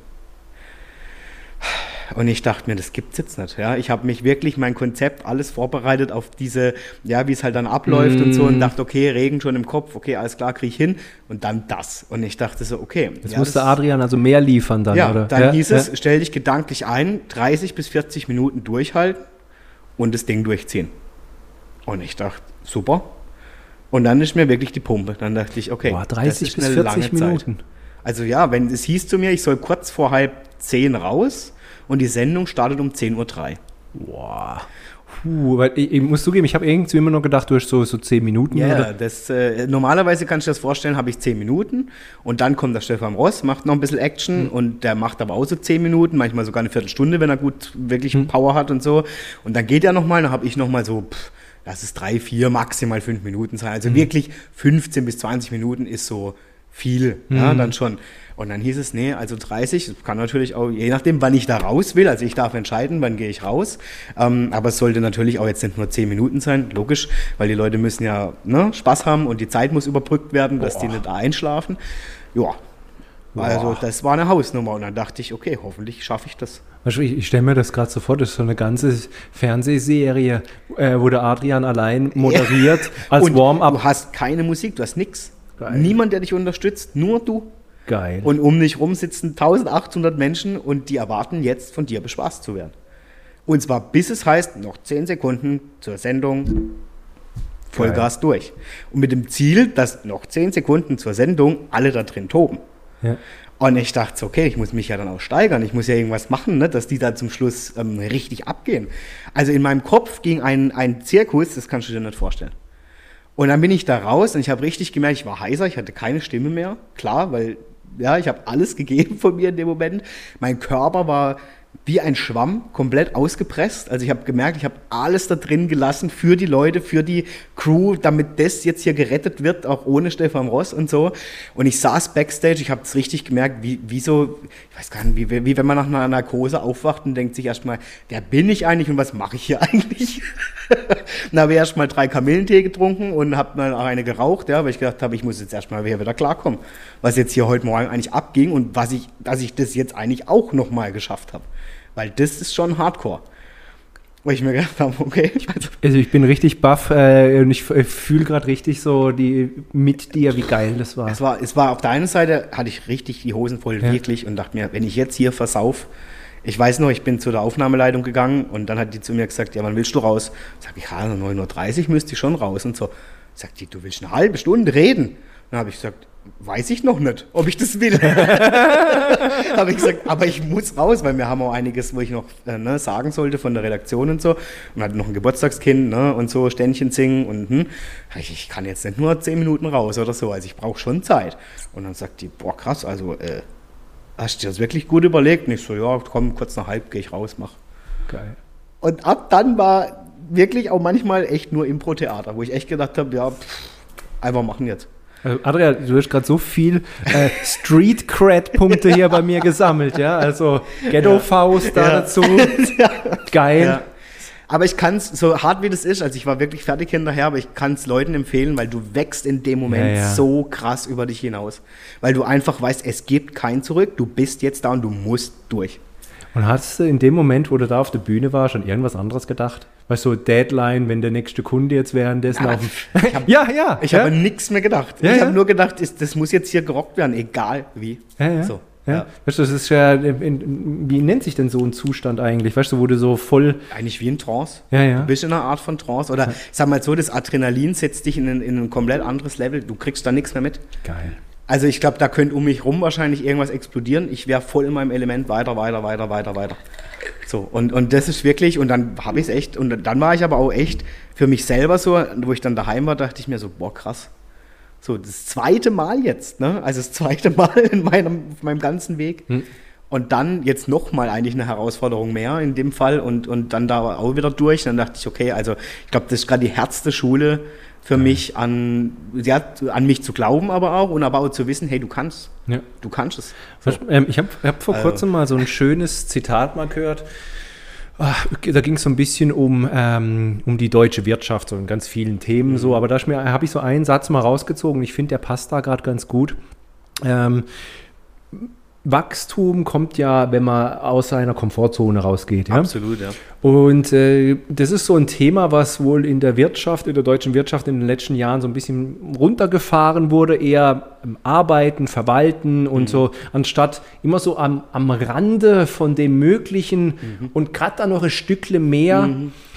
[SPEAKER 1] Und ich dachte mir, das gibt's jetzt nicht. Ja, ich habe mich wirklich, mein Konzept, alles vorbereitet auf diese, ja, wie es halt dann abläuft und so und dachte, okay, Regen schon im Kopf, okay, alles klar, kriege ich hin und dann das. Und ich dachte so, okay.
[SPEAKER 2] Jetzt musste Adrian also mehr liefern dann,
[SPEAKER 1] ja,
[SPEAKER 2] oder?
[SPEAKER 1] Dann hieß es, stell dich gedanklich ein, 30 bis 40 Minuten durchhalten und das Ding durchziehen. Und ich dachte, super. Und dann ist mir wirklich die Pumpe. Dann dachte ich, okay,
[SPEAKER 2] 30 bis 40 Minuten.
[SPEAKER 1] Zeit. Also ja, wenn es hieß zu mir, ich soll kurz vor 9:30 raus und die Sendung startet um 10:03 Uhr.
[SPEAKER 2] Wow. Weil ich muss zugeben, ich habe irgendwie immer noch gedacht, du hast so 10 Minuten.
[SPEAKER 1] Ja, normalerweise kannst du dir das vorstellen, habe ich 10 Minuten und dann kommt der Stefan Ross, macht noch ein bisschen Action und der macht aber auch so 10 Minuten, manchmal sogar eine Viertelstunde, wenn er gut wirklich Power hat und so. Und dann geht er nochmal, dann habe ich nochmal so, lass es 3, 4, maximal 5 Minuten sein. Also wirklich 15 bis 20 Minuten ist so viel, ja, dann schon. Und dann hieß es, nee, also 30, das kann natürlich auch, je nachdem, wann ich da raus will, also ich darf entscheiden, wann gehe ich raus, aber es sollte natürlich auch jetzt nicht nur 10 Minuten sein, logisch, weil die Leute müssen ja Spaß haben und die Zeit muss überbrückt werden, dass die nicht einschlafen. Ja, also das war eine Hausnummer und dann dachte ich, okay, hoffentlich schaffe ich das.
[SPEAKER 2] Ich stelle mir das gerade so vor, das ist so eine ganze Fernsehserie, wo der Adrian allein moderiert als Warm-up.
[SPEAKER 1] Du hast keine Musik, du hast nichts. Niemand, der dich unterstützt, nur du.
[SPEAKER 2] Geil.
[SPEAKER 1] Und um dich rum sitzen 1800 Menschen und die erwarten jetzt von dir bespaßt zu werden. Und zwar bis es heißt, noch 10 Sekunden zur Sendung, Vollgas durch. Und mit dem Ziel, dass noch 10 Sekunden zur Sendung alle da drin toben.
[SPEAKER 2] Ja.
[SPEAKER 1] Und ich dachte, okay, ich muss mich ja dann auch steigern, ich muss ja irgendwas machen, ne, dass die da zum Schluss richtig abgehen. Also in meinem Kopf ging ein Zirkus, das kannst du dir nicht vorstellen. Und dann bin ich da raus und ich habe richtig gemerkt, ich war heiser, ich hatte keine Stimme mehr. Klar, weil ja, ich habe alles gegeben von mir in dem Moment. Mein Körper war wie ein Schwamm, komplett ausgepresst. Also ich habe gemerkt, ich habe alles da drin gelassen für die Leute, für die Crew, damit das jetzt hier gerettet wird, auch ohne Stefan Ross und so. Und ich saß Backstage, ich habe es richtig gemerkt, wie so, ich weiß gar nicht, wie wenn man nach einer Narkose aufwacht und denkt sich erstmal, wer bin ich eigentlich und was mache ich hier eigentlich? Dann habe ich erstmal 3 Kamillentee getrunken und habe dann auch eine geraucht, ja, weil ich gedacht habe, ich muss jetzt erstmal wieder klarkommen, was jetzt hier heute Morgen eigentlich abging und dass ich das jetzt eigentlich auch nochmal geschafft habe. Weil das ist schon Hardcore. Wo ich mir gedacht habe, okay.
[SPEAKER 2] Also ich bin richtig baff und ich fühle gerade richtig so mit dir, wie geil das war.
[SPEAKER 1] Es war auf der einen Seite, hatte ich richtig die Hosen voll, wirklich, und dachte mir, wenn ich jetzt hier versauf, ich weiß noch, ich bin zu der Aufnahmeleitung gegangen und dann hat die zu mir gesagt, ja, wann willst du raus? Sag ich, ja, 9:30 Uhr müsste ich schon raus und so. Sagt die, du willst eine halbe Stunde reden? Dann habe ich gesagt, weiß ich noch nicht, ob ich das will. Habe ich gesagt, aber ich muss raus, weil wir haben auch einiges, wo ich noch sagen sollte von der Redaktion und so. Und hatte noch ein Geburtstagskind und so, Ständchen singen und ich kann jetzt nicht nur 10 Minuten raus oder so, also ich brauche schon Zeit. Und dann sagt die, boah krass, also hast du dir das wirklich gut überlegt? Und ich so, ja, komm, kurz nach 9:30 gehe ich raus, mach.
[SPEAKER 2] Geil.
[SPEAKER 1] Und ab dann war wirklich auch manchmal echt nur Impro-Theater, wo ich echt gedacht habe, ja, einfach machen jetzt.
[SPEAKER 2] Also Adrian, du hast gerade so viel Street-Cred-Punkte hier bei mir gesammelt, ja, also Ghetto-Faust dazu, geil.
[SPEAKER 1] Ja. Aber ich kann es, so hart wie das ist, also ich war wirklich fertig hinterher, aber ich kann es Leuten empfehlen, weil du wächst in dem Moment so krass über dich hinaus. Weil du einfach weißt, es gibt kein Zurück, du bist jetzt da und du musst durch.
[SPEAKER 2] Und hast du in dem Moment, wo du da auf der Bühne warst, schon irgendwas anderes gedacht? Weißt du, so Deadline, wenn der nächste Kunde jetzt währenddessen auf dem...
[SPEAKER 1] Ich habe nichts mehr gedacht. Ich habe nur gedacht, das muss jetzt hier gerockt werden, egal wie.
[SPEAKER 2] So. Ja. Weißt du, das ist ja, wie nennt sich denn so ein Zustand eigentlich? Weißt du, wo du so voll...
[SPEAKER 1] Eigentlich wie ein Trance.
[SPEAKER 2] Ja.
[SPEAKER 1] Du bist in einer Art von Trance. Oder sag mal so, das Adrenalin setzt dich in ein komplett anderes Level. Du kriegst da nichts mehr mit.
[SPEAKER 2] Geil.
[SPEAKER 1] Also ich glaube, da könnte um mich rum wahrscheinlich irgendwas explodieren. Ich wäre voll in meinem Element weiter. So, und das ist wirklich, und dann habe ich es echt, und dann war ich aber auch echt für mich selber so, wo ich dann daheim war, dachte ich mir so, boah, krass. So, das 2. Mal jetzt, ne? Also das 2. Mal auf meinem ganzen Weg. Und dann jetzt nochmal eigentlich eine Herausforderung mehr in dem Fall und dann da auch wieder durch. Dann dachte ich, okay, also ich glaube, das ist gerade die härteste Schule für mich, an mich zu glauben aber auch zu wissen, hey, du kannst. Ja. Du kannst es.
[SPEAKER 2] So. Ich hab vor kurzem mal so ein schönes Zitat mal gehört. Da ging es so ein bisschen um die deutsche Wirtschaft, so in ganz vielen Themen so, aber da habe ich so einen Satz mal rausgezogen. Ich finde, der passt da gerade ganz gut. Wachstum kommt ja, wenn man aus seiner Komfortzone rausgeht. Ja?
[SPEAKER 1] Absolut, ja.
[SPEAKER 2] Und das ist so ein Thema, was wohl in der deutschen Wirtschaft in den letzten Jahren so ein bisschen runtergefahren wurde, eher Arbeiten, Verwalten und so, anstatt immer so am Rande von dem Möglichen und gerade dann noch ein Stückchen mehr.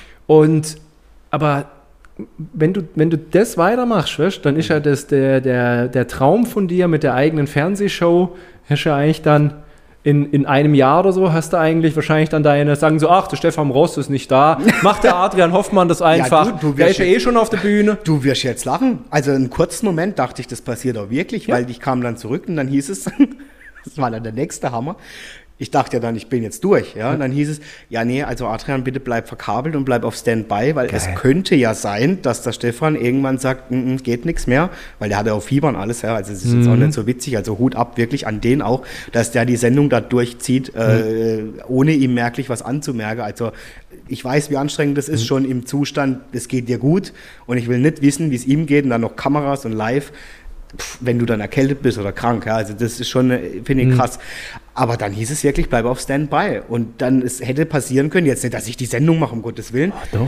[SPEAKER 2] Aber wenn du das weitermachst, weißt, dann ist ja das der Traum von dir mit der eigenen Fernsehshow, hast ja eigentlich dann in einem Jahr oder so, hast du eigentlich wahrscheinlich dann sagen so, ach, der Stefan Ross ist nicht da, macht der Adrian Hoffmann das einfach,
[SPEAKER 1] ja,
[SPEAKER 2] der ist ja schon auf der Bühne.
[SPEAKER 1] Du wirst jetzt lachen. Also einen kurzen Moment dachte ich, das passiert auch wirklich, weil ich kam dann zurück und dann hieß es, das war dann der nächste Hammer, ich dachte ja dann, ich bin jetzt durch, ja. Und dann hieß es, ja, nee, also Adrian, bitte bleib verkabelt und bleib auf Standby, weil es könnte ja sein, dass der Stefan irgendwann sagt, geht nichts mehr, weil der hatte auch Fieber und alles, ja. Also es ist jetzt auch nicht so witzig, also Hut ab wirklich an den auch, dass der die Sendung da durchzieht, ohne ihm merklich was anzumerken. Also ich weiß, wie anstrengend das ist, schon im Zustand, es geht dir gut und ich will nicht wissen, wie es ihm geht und dann noch Kameras und live. Wenn du dann erkältet bist oder krank, ja, also das ist schon, finde ich, krass. Aber dann hieß es wirklich, bleib auf Standby. Und dann hätte passieren können, jetzt nicht, dass ich die Sendung mache, um Gottes Willen.
[SPEAKER 2] Oh,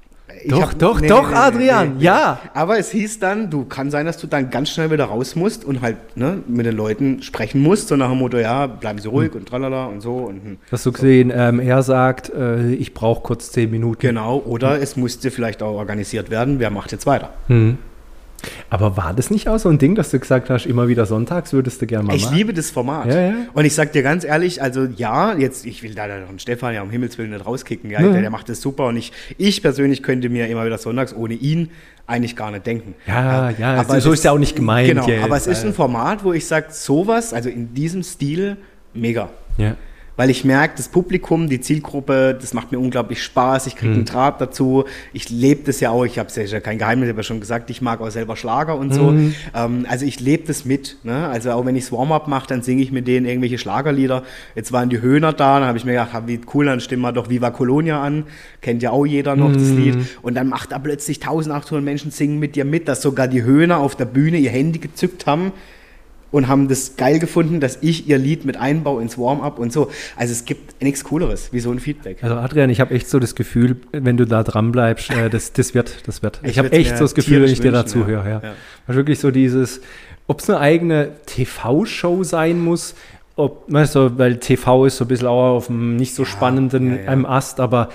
[SPEAKER 2] doch, Adrian, ja.
[SPEAKER 1] Aber es hieß dann, kann sein, dass du dann ganz schnell wieder raus musst und halt mit den Leuten sprechen musst, so nach dem Motto, ja, bleiben Sie ruhig und tralala und so. Und,
[SPEAKER 2] hast du gesehen, er sagt, ich brauche kurz 10 Minuten.
[SPEAKER 1] Genau, oder es musste vielleicht auch organisiert werden, wer macht jetzt weiter.
[SPEAKER 2] Aber war das nicht auch so ein Ding, dass du gesagt hast, immer wieder sonntags würdest du gerne mal machen?
[SPEAKER 1] Ich liebe das Format. Ja. Und ich sag dir ganz ehrlich, also ja, jetzt, ich will da den Stefan ja um Himmels Willen nicht rauskicken. Ja, der macht das super und ich persönlich könnte mir immer wieder sonntags ohne ihn eigentlich gar nicht denken.
[SPEAKER 2] Ja, aber so ist ja auch nicht gemeint.
[SPEAKER 1] Genau, jetzt. Aber es ist ein Format, wo ich sage, sowas, also in diesem Stil, mega.
[SPEAKER 2] Ja.
[SPEAKER 1] Weil ich merke, das Publikum, die Zielgruppe, das macht mir unglaublich Spaß, ich kriege einen Draht dazu, ich lebe das ja auch, ich habe es ja kein Geheimnis, ich habe ja schon gesagt, ich mag auch selber Schlager und so, also ich lebe das mit, ne? Also auch wenn ich das Warm-up mache, dann singe ich mit denen irgendwelche Schlagerlieder, jetzt waren die Höhner da, dann habe ich mir gedacht, wie cool, dann stimmen wir doch Viva Colonia an, kennt ja auch jeder noch das Lied und dann macht da plötzlich 1800 Menschen singen mit dir mit, dass sogar die Höhner auf der Bühne ihr Handy gezückt haben und haben das geil gefunden, dass ich ihr Lied mit einbaue ins Warm-up und so. Also es gibt nichts Cooleres, wie so ein Feedback.
[SPEAKER 2] Also Adrian, ich habe echt so das Gefühl, wenn du da dran bleibst, das wird. Ich habe echt so das Gefühl, wenn ich dir dazu höre. Ja. Wirklich so dieses, ob es eine eigene TV-Show sein muss, weißt du, weil TV ist so ein bisschen auch auf einem nicht so spannenden Ast, aber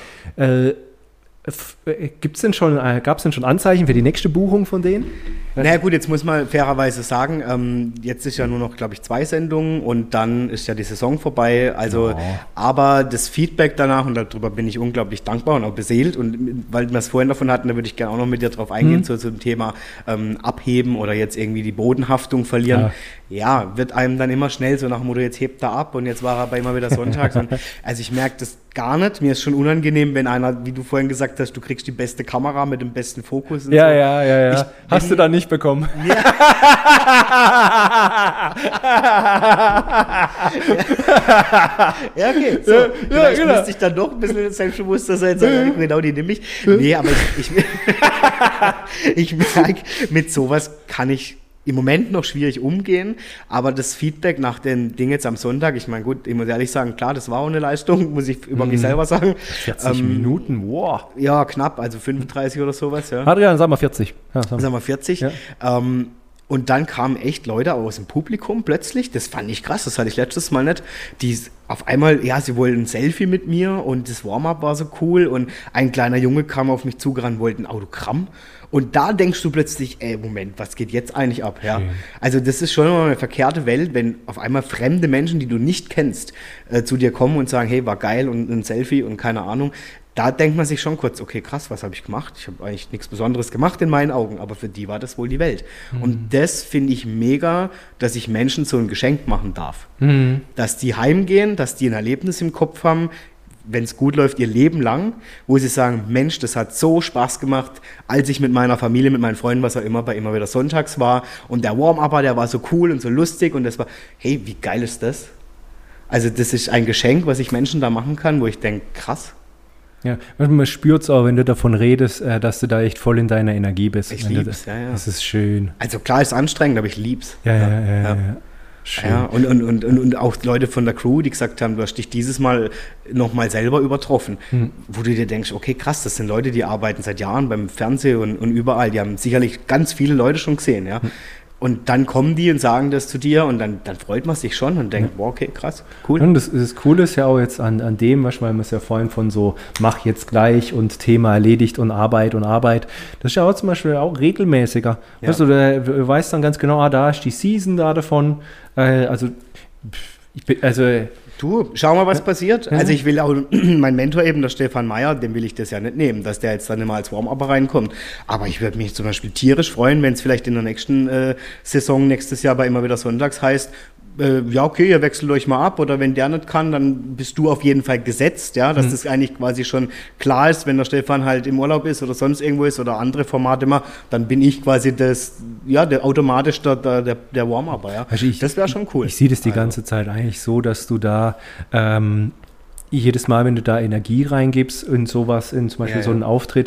[SPEAKER 2] gab es denn schon Anzeichen für die nächste Buchung von denen?
[SPEAKER 1] Naja gut, jetzt muss man fairerweise sagen, jetzt ist ja nur noch, glaube ich, 2 Sendungen und dann ist ja die Saison vorbei. Also, aber das Feedback danach, und darüber bin ich unglaublich dankbar und auch beseelt, und weil wir es vorhin davon hatten, da würde ich gerne auch noch mit dir drauf eingehen, so zum Thema abheben oder jetzt irgendwie die Bodenhaftung verlieren. Ja, wird einem dann immer schnell so nach dem Motto, jetzt hebt er ab und jetzt war er aber immer wieder sonntags. Also ich merke das gar nicht. Mir ist schon unangenehm, wenn einer, wie du vorhin gesagt hast, du kriegst die beste Kamera mit dem besten Fokus und so.
[SPEAKER 2] Ja. Hast du dann nicht bekommen? Ja.
[SPEAKER 1] Ja, okay. So, vielleicht müsste ich dann doch ein bisschen selbstbewusster sein, sagen, genau die nehme ich. Nee, aber ich merke, mit sowas kann ich im Moment noch schwierig umgehen, aber das Feedback nach den Dingen jetzt am Sonntag, ich meine, gut, ich muss ehrlich sagen, klar, das war auch eine Leistung, muss ich über mich selber sagen.
[SPEAKER 2] 40 Minuten, wow.
[SPEAKER 1] Ja, knapp, also 35 oder sowas. Ja.
[SPEAKER 2] Adrian, sag mal 40.
[SPEAKER 1] Ja, sag mal 40. Ja. Und dann kamen echt Leute aus dem Publikum plötzlich, das fand ich krass, das hatte ich letztes Mal nicht, die auf einmal, ja, sie wollten ein Selfie mit mir und das Warm-up war so cool und ein kleiner Junge kam auf mich zugerannt, wollte ein Autogramm. Und da denkst du plötzlich, Moment, was geht jetzt eigentlich ab? Ja? Also das ist schon immer eine verkehrte Welt, wenn auf einmal fremde Menschen, die du nicht kennst, zu dir kommen und sagen, hey, war geil und ein Selfie und keine Ahnung. da denkt man sich schon kurz, okay, krass, was habe ich gemacht? Ich habe eigentlich nichts Besonderes gemacht in meinen Augen, aber für die war das wohl die Welt. Und das finde ich mega, dass ich Menschen so ein Geschenk machen darf. Dass die heimgehen, dass die ein Erlebnis im Kopf haben, wenn es gut läuft, ihr Leben lang, wo sie sagen, Mensch, das hat so Spaß gemacht, als ich mit meiner Familie, mit meinen Freunden, was auch immer, bei immer wieder sonntags war und der Warm-Upper, der war so cool und so lustig und das war, hey, wie geil ist das? Also das ist ein Geschenk, was ich Menschen da machen kann, wo ich denke, krass.
[SPEAKER 2] Ja, man spürt es auch, wenn du davon redest, dass du da echt voll in deiner Energie bist.
[SPEAKER 1] Ich lieb's, ja.
[SPEAKER 2] Das ist schön.
[SPEAKER 1] Also klar, ist anstrengend, aber ich lieb's.
[SPEAKER 2] Ja. Schön.
[SPEAKER 1] Ja, und auch Leute von der Crew, die gesagt haben, du hast dich dieses Mal nochmal selber übertroffen. Wo du dir denkst, okay, krass, das sind Leute, die arbeiten seit Jahren beim Fernsehen und überall. Die haben sicherlich ganz viele Leute schon gesehen, ja. Und dann kommen die und sagen das zu dir und dann freut man sich schon und denkt, wow, okay, krass, cool.
[SPEAKER 2] Und das Coole ist ja auch jetzt an dem, weil man es ja vorhin von so, mach jetzt gleich und Thema erledigt und Arbeit. Das ist ja auch zum Beispiel auch regelmäßiger. Ja. Weißt du weißt dann ganz genau, da ist die Season da davon.
[SPEAKER 1] Du, schau mal, was passiert. Also ich will auch, mein Mentor eben, der Stefan Meyer, dem will ich das ja nicht nehmen, dass der jetzt dann immer als Warm-Upper reinkommt. Aber ich würde mich zum Beispiel tierisch freuen, wenn es vielleicht in der nächsten Saison, nächstes Jahr bei immer wieder sonntags heißt, ja, okay, ihr wechselt euch mal ab oder wenn der nicht kann, dann bist du auf jeden Fall gesetzt, ja, dass das eigentlich quasi schon klar ist, wenn der Stefan halt im Urlaub ist oder sonst irgendwo ist oder andere Formate macht, dann bin ich quasi automatisch der Warm-Upper, ja.
[SPEAKER 2] Also das wäre schon cool. Ich sehe das die ganze Zeit eigentlich so, dass du da jedes Mal, wenn du da Energie reingibst in sowas, in zum Beispiel so einen Auftritt,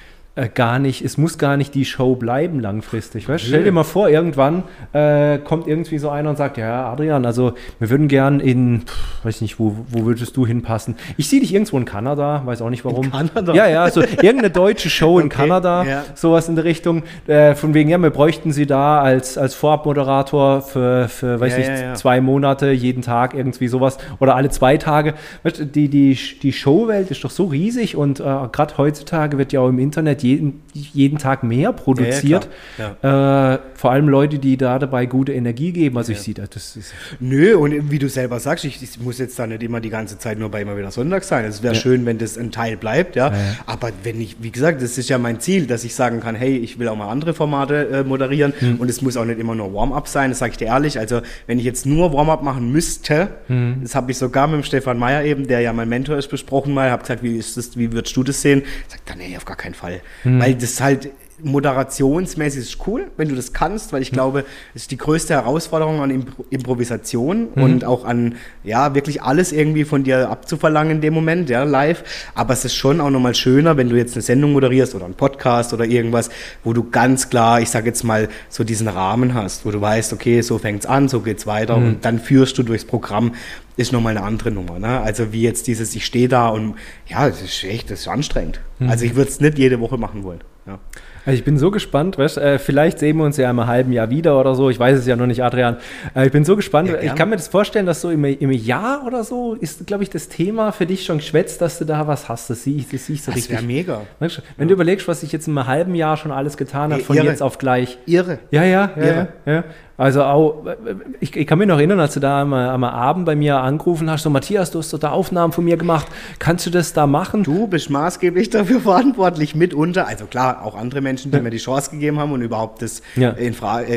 [SPEAKER 2] es muss gar nicht die Show bleiben langfristig. Weißt? Stell dir mal vor, irgendwann kommt irgendwie so einer und sagt, ja, Adrian, also wir würden gern weiß nicht, wo würdest du hinpassen? Ich sehe dich irgendwo in Kanada, weiß auch nicht warum.
[SPEAKER 1] In Kanada?
[SPEAKER 2] Ja, so irgendeine deutsche Show in Kanada, sowas in der Richtung. Von wegen, ja, wir bräuchten sie da als Vorabmoderator für 2 Monate, jeden Tag irgendwie sowas oder alle 2 Tage. Weißt du, die Showwelt ist doch so riesig und gerade heutzutage wird ja auch im Internet jeden Tag mehr produziert. Vor allem Leute, die da dabei gute Energie geben. Also ich sehe das.
[SPEAKER 1] Nö, und wie du selber sagst, ich muss jetzt da nicht immer die ganze Zeit nur bei immer wieder Sonntags sein. Es wäre schön, wenn das ein Teil bleibt, ja. Aber wenn ich, wie gesagt, das ist ja mein Ziel, dass ich sagen kann, hey, ich will auch mal andere Formate moderieren und es muss auch nicht immer nur Warm-up sein, das sage ich dir ehrlich. Also wenn ich jetzt nur Warm-up machen müsste, das habe ich sogar mit dem Stefan Meyer eben, der ja mein Mentor ist, besprochen mal, habe gesagt, wie würdest du das sehen? Sagt er, nee, auf gar keinen Fall. Weil das halt moderationsmäßig ist cool, wenn du das kannst, weil ich glaube, es ist die größte Herausforderung an Improvisation und auch an, ja, wirklich alles irgendwie von dir abzuverlangen in dem Moment, ja, live. Aber es ist schon auch nochmal schöner, wenn du jetzt eine Sendung moderierst oder einen Podcast oder irgendwas, wo du ganz klar, ich sage jetzt mal, so diesen Rahmen hast, wo du weißt, okay, so fängt's an, so geht's weiter und dann führst du durchs Programm, ist nochmal eine andere Nummer, ne? Also wie jetzt dieses, ich stehe da und, ja, das ist anstrengend. Also ich würde es nicht jede Woche machen wollen, ja.
[SPEAKER 2] Also ich bin so gespannt, weißt, vielleicht sehen wir uns ja im halben Jahr wieder oder so, ich weiß es ja noch nicht, Adrian. Ich bin so gespannt, ich kann mir das vorstellen, dass so im Jahr oder so ist, glaube ich, das Thema für dich schon geschwätzt, dass du da was hast, das sehe ich so richtig.
[SPEAKER 1] Das wäre mega.
[SPEAKER 2] Wenn du überlegst, was ich jetzt in einem halben Jahr schon alles getan habe, von jetzt auf gleich.
[SPEAKER 1] Irre.
[SPEAKER 2] Ja. Also auch, ich kann mich noch erinnern, als du da am Abend bei mir angerufen hast, so Matthias, du hast doch da Aufnahmen von mir gemacht, kannst du das da machen?
[SPEAKER 1] Du bist maßgeblich dafür verantwortlich mitunter, also klar, auch andere Menschen, die mir die Chance gegeben haben und überhaupt das in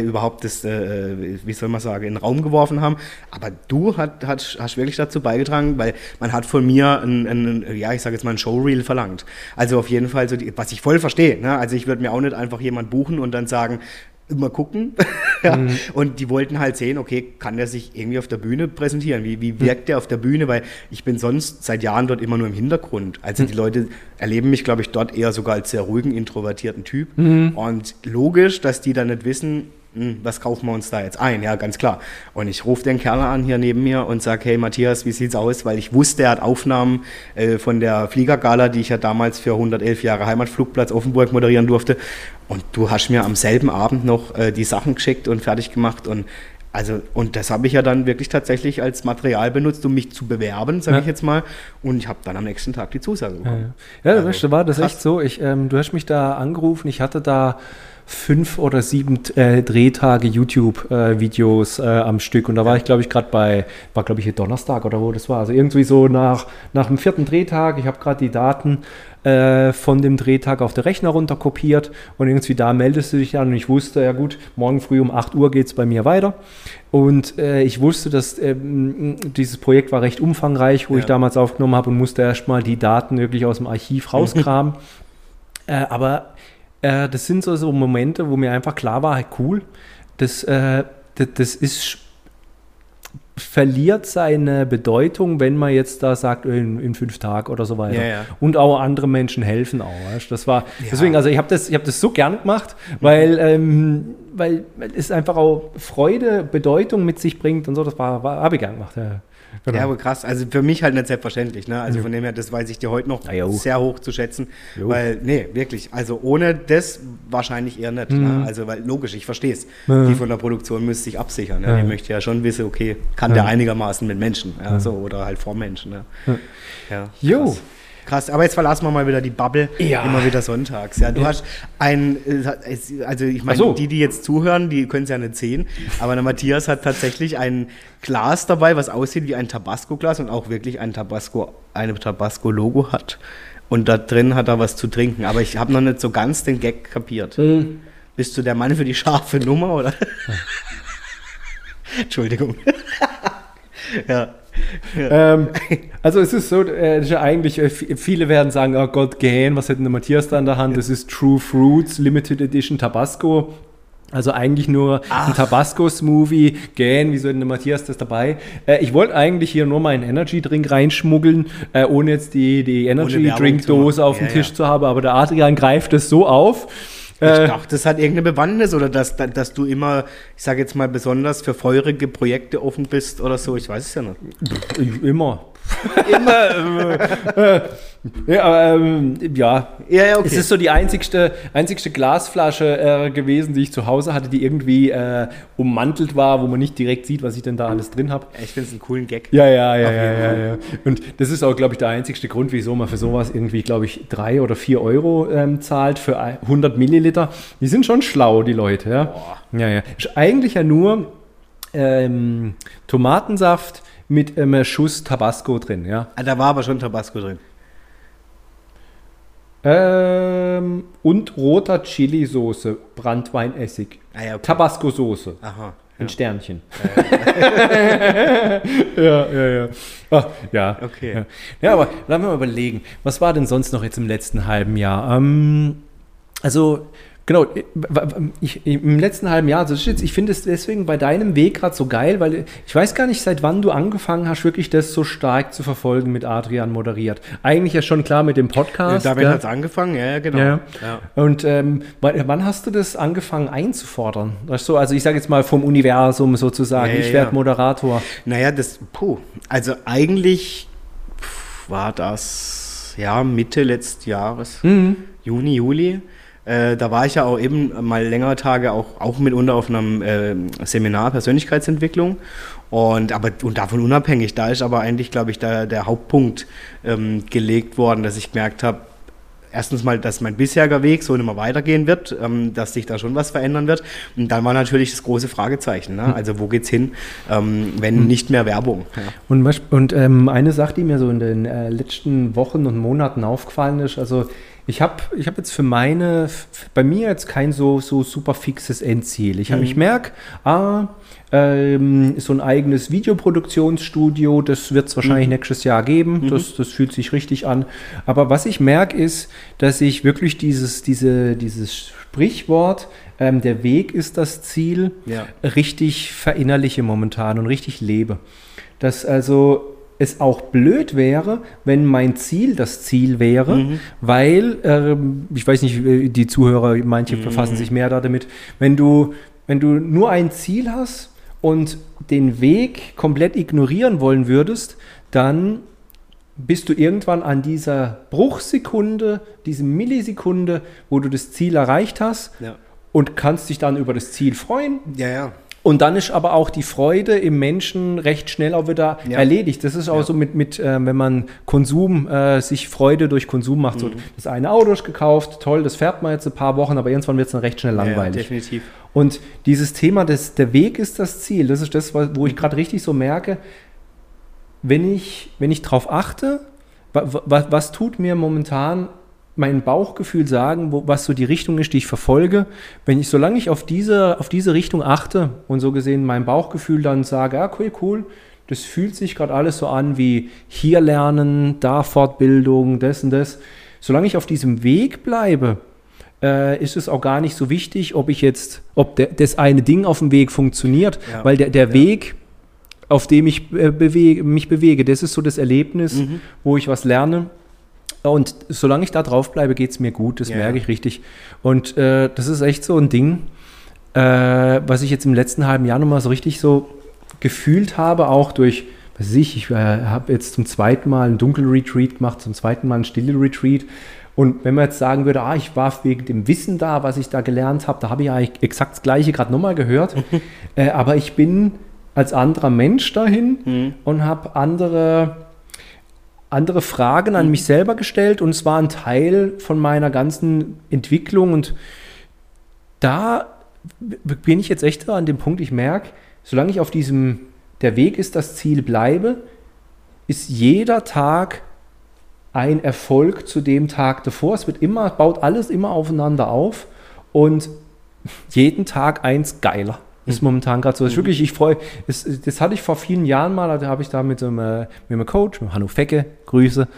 [SPEAKER 1] den Raum geworfen haben, aber du hast wirklich dazu beigetragen, weil man hat von mir ich sage jetzt mal ein Showreel verlangt. Also auf jeden Fall, was ich voll verstehe, ne? Also ich würde mir auch nicht einfach jemand buchen und dann sagen, immer gucken. Und die wollten halt sehen, okay, kann der sich irgendwie auf der Bühne präsentieren? Wie wirkt der auf der Bühne? Weil ich bin sonst seit Jahren dort immer nur im Hintergrund. Also die Leute erleben mich, glaube ich, dort eher sogar als sehr ruhigen, introvertierten Typ. Und logisch, dass die dann nicht wissen, was kaufen wir uns da jetzt ein? Ja, ganz klar. Und ich rufe den Kerl an hier neben mir und sage, hey Matthias, wie sieht's aus? Weil ich wusste, er hat Aufnahmen von der Fliegergala, die ich ja damals für 111 Jahre Heimatflugplatz Offenburg moderieren durfte. Und du hast mir am selben Abend noch die Sachen geschickt und fertig gemacht und das habe ich ja dann wirklich tatsächlich als Material benutzt, um mich zu bewerben, sage ich jetzt mal. Und ich habe dann am nächsten Tag die Zusage bekommen.
[SPEAKER 2] Ja, weißt du, war das echt so. Du hast mich da angerufen, ich hatte da 5 oder 7 Drehtage YouTube-Videos am Stück. Und da war ich, glaube ich, war, glaube ich, hier Donnerstag oder wo das war. Also irgendwie so nach dem 4. Drehtag. Ich habe gerade die Daten von dem Drehtag auf den Rechner runterkopiert und irgendwie da meldest du dich an und ich wusste, ja gut, morgen früh um 8 Uhr geht es bei mir weiter und ich wusste, dass dieses Projekt war recht umfangreich, wo ich damals aufgenommen habe und musste erstmal die Daten wirklich aus dem Archiv rauskramen, aber das sind so Momente, wo mir einfach klar war, hey, cool, das ist verliert seine Bedeutung, wenn man jetzt da sagt, in 5 Tagen oder so weiter.
[SPEAKER 1] Ja.
[SPEAKER 2] Und auch andere Menschen helfen auch. Weißt? Das war, deswegen, also ich hab das so gern gemacht, weil es einfach auch Freude, Bedeutung mit sich bringt und so. Das habe ich gern gemacht. Ja. Genau.
[SPEAKER 1] Ja, aber krass. Also für mich halt nicht selbstverständlich. Ne? Also von dem her, das weiß ich dir heute noch sehr hoch zu schätzen. Weil, nee, wirklich. Also ohne das wahrscheinlich eher nicht. Ne? Also, weil logisch, ich verstehe es. Die von der Produktion müsste sich absichern. Ne? Die möchte ja schon wissen, okay, kann der einigermaßen mit Menschen. So, oder halt vor Menschen. Ne? Ja, krass. Krass, aber jetzt verlassen wir mal wieder die Bubble, immer wieder sonntags. Ja, du hast also ich meine, die jetzt zuhören, die können es ja nicht sehen, aber der Matthias hat tatsächlich ein Glas dabei, was aussieht wie ein Tabasco-Glas und auch wirklich ein Tabasco-Logo hat. Und da drin hat er was zu trinken, aber ich habe noch nicht so ganz den Gag kapiert. Bist du der Mann für die scharfe Nummer, oder? Entschuldigung. Ja.
[SPEAKER 2] Also es ist so, eigentlich, viele werden sagen, oh Gott, gähn, was hat denn der Matthias da in der Hand? Das ist True Fruits Limited Edition Tabasco. Also eigentlich nur ein Tabasco-Smoothie, gähn, wieso hat denn der Matthias das dabei? Ich wollte eigentlich hier nur meinen Energy-Drink reinschmuggeln, ohne jetzt die Energy-Drink-Dose auf dem Tisch zu haben, aber der Adrian greift es so auf.
[SPEAKER 1] Ich dachte, das hat irgendeine Bewandtnis oder dass du immer, ich sage jetzt mal, besonders für feurige Projekte offen bist oder so. Ich weiß es ja nicht.
[SPEAKER 2] Immer. Ja, okay. Es ist so die einzigste Glasflasche gewesen, die ich zu Hause hatte, die irgendwie ummantelt war, wo man nicht direkt sieht, was ich denn da alles drin habe.
[SPEAKER 1] Ich finde es einen coolen Gag.
[SPEAKER 2] Ja. Und das ist auch, glaube ich, der einzigste Grund, wieso man für sowas irgendwie, glaube ich, 3 oder 4 Euro zahlt für 100 Milliliter. Die sind schon schlau, die Leute. Ja. Ja. Ist eigentlich ja nur Tomatensaft mit einem Schuss Tabasco drin, ja.
[SPEAKER 1] Da war aber schon Tabasco drin.
[SPEAKER 2] Und roter Chili-Soße, Branntweinessig,
[SPEAKER 1] okay.
[SPEAKER 2] Tabasco-Soße, ein Sternchen. Ja. Ach, ja.
[SPEAKER 1] Okay.
[SPEAKER 2] Ja, aber lassen wir mal überlegen, was war denn sonst noch jetzt im letzten halben Jahr? Also genau, im letzten halben Jahr, also ich finde es deswegen bei deinem Weg gerade so geil, weil ich weiß gar nicht, seit wann du angefangen hast, wirklich das so stark zu verfolgen mit Adrian moderiert. Eigentlich ja schon klar mit dem Podcast.
[SPEAKER 1] Damit hat es angefangen, ja, genau. Ja.
[SPEAKER 2] Und wann hast du das angefangen einzufordern? Also ich sage jetzt mal vom Universum sozusagen, ich werde Moderator.
[SPEAKER 1] Naja, also eigentlich war das Mitte letzten Jahres, Juni, Juli. Da war ich ja auch eben mal längere Tage auch mitunter auf einem Seminar Persönlichkeitsentwicklung und davon unabhängig, da ist aber eigentlich, glaube ich, der Hauptpunkt gelegt worden, dass ich gemerkt habe, erstens mal, dass mein bisheriger Weg so nicht mehr weitergehen wird, dass sich da schon was verändern wird. Und dann war natürlich das große Fragezeichen. Ne? Also wo geht's hin, wenn nicht mehr Werbung? Ja.
[SPEAKER 2] Und eine Sache, die mir so in den letzten Wochen und Monaten aufgefallen ist, also ich hab jetzt bei mir jetzt kein so super fixes Endziel. Ich merke, so ein eigenes Videoproduktionsstudio, das wird es wahrscheinlich nächstes Jahr geben. Das fühlt sich richtig an. Aber was ich merke, ist, dass ich wirklich dieses Sprichwort, der Weg ist das Ziel, richtig verinnerliche momentan und richtig lebe. Dass also es auch blöd wäre, wenn mein Ziel das Ziel wäre, weil, ich weiß nicht, die Zuhörer, manche befassen sich mehr damit, wenn du nur ein Ziel hast und den Weg komplett ignorieren wollen würdest, dann bist du irgendwann an dieser Bruchsekunde, diese Millisekunde, wo du das Ziel erreicht hast und kannst dich dann über das Ziel freuen.
[SPEAKER 1] Ja.
[SPEAKER 2] Und dann ist aber auch die Freude im Menschen recht schnell auch wieder erledigt. Das ist auch so wenn man Konsum, sich Freude durch Konsum macht. So, das eine Auto ist gekauft, toll, das fährt man jetzt ein paar Wochen, aber irgendwann wird es dann recht schnell langweilig.
[SPEAKER 1] Ja, definitiv.
[SPEAKER 2] Und dieses Thema, der Weg ist das Ziel, das ist das, wo ich gerade richtig so merke, wenn ich drauf achte, was tut mir momentan mein Bauchgefühl sagen, was so die Richtung ist, die ich verfolge, solange ich auf diese Richtung achte und so gesehen mein Bauchgefühl dann sage, okay, cool, das fühlt sich gerade alles so an wie hier lernen, da Fortbildung, das und das. Solange ich auf diesem Weg bleibe, ist es auch gar nicht so wichtig, ob das eine Ding auf dem Weg funktioniert, weil der Weg, auf dem ich mich bewege, das ist so das Erlebnis, wo ich was lerne. Und solange ich da drauf bleibe, geht es mir gut, das merke ich richtig. Und das ist echt so ein Ding, was ich jetzt im letzten halben Jahr nochmal so richtig so gefühlt habe, auch durch, ich habe jetzt zum zweiten Mal einen Dunkel-Retreat gemacht, zum zweiten Mal einen Stille-Retreat. Und wenn man jetzt sagen würde, ich war wegen dem Wissen da, was ich da gelernt habe, da habe ich ja exakt das Gleiche gerade nochmal gehört. Aber ich bin als anderer Mensch dahin und habe andere Fragen an mich selber gestellt und es war ein Teil von meiner ganzen Entwicklung und da bin ich jetzt echt an dem Punkt, ich merke, solange ich auf der Weg ist das Ziel bleibe, ist jeder Tag ein Erfolg zu dem Tag davor. Es baut alles immer aufeinander auf und jeden Tag eins geiler. Ist momentan gerade so. Das ist wirklich, das hatte ich vor vielen Jahren mal, da habe ich da mit einem Coach, mit Hanno Fecke, Grüße.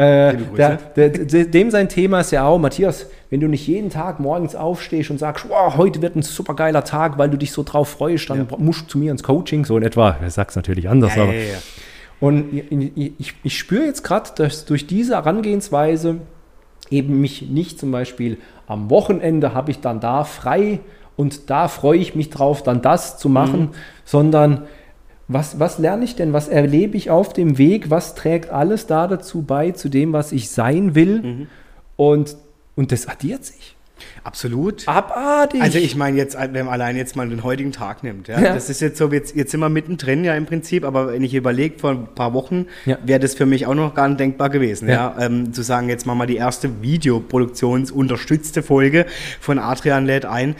[SPEAKER 2] Dem sein Thema ist ja auch, Matthias, wenn du nicht jeden Tag morgens aufstehst und sagst, wow, heute wird ein super geiler Tag, weil du dich so drauf freust, dann musst du zu mir ins Coaching, so in etwa. Ich sag's natürlich anders, aber. Ja. Und ich spüre jetzt gerade, dass durch diese Herangehensweise eben mich nicht zum Beispiel am Wochenende habe ich dann da frei und da freue ich mich drauf, dann das zu machen, sondern was lerne ich denn, was erlebe ich auf dem Weg, was trägt alles da dazu bei, zu dem, was ich sein will und das addiert sich.
[SPEAKER 1] Absolut.
[SPEAKER 2] Abartig.
[SPEAKER 1] Also ich meine jetzt, wenn man allein jetzt mal den heutigen Tag nimmt, das ist jetzt so, jetzt sind wir mittendrin im Prinzip, aber wenn ich überlege, vor ein paar Wochen wäre das für mich auch noch gar nicht denkbar gewesen, zu sagen, jetzt machen wir die erste Videoproduktionsunterstützte Folge von Adrian lädt ein.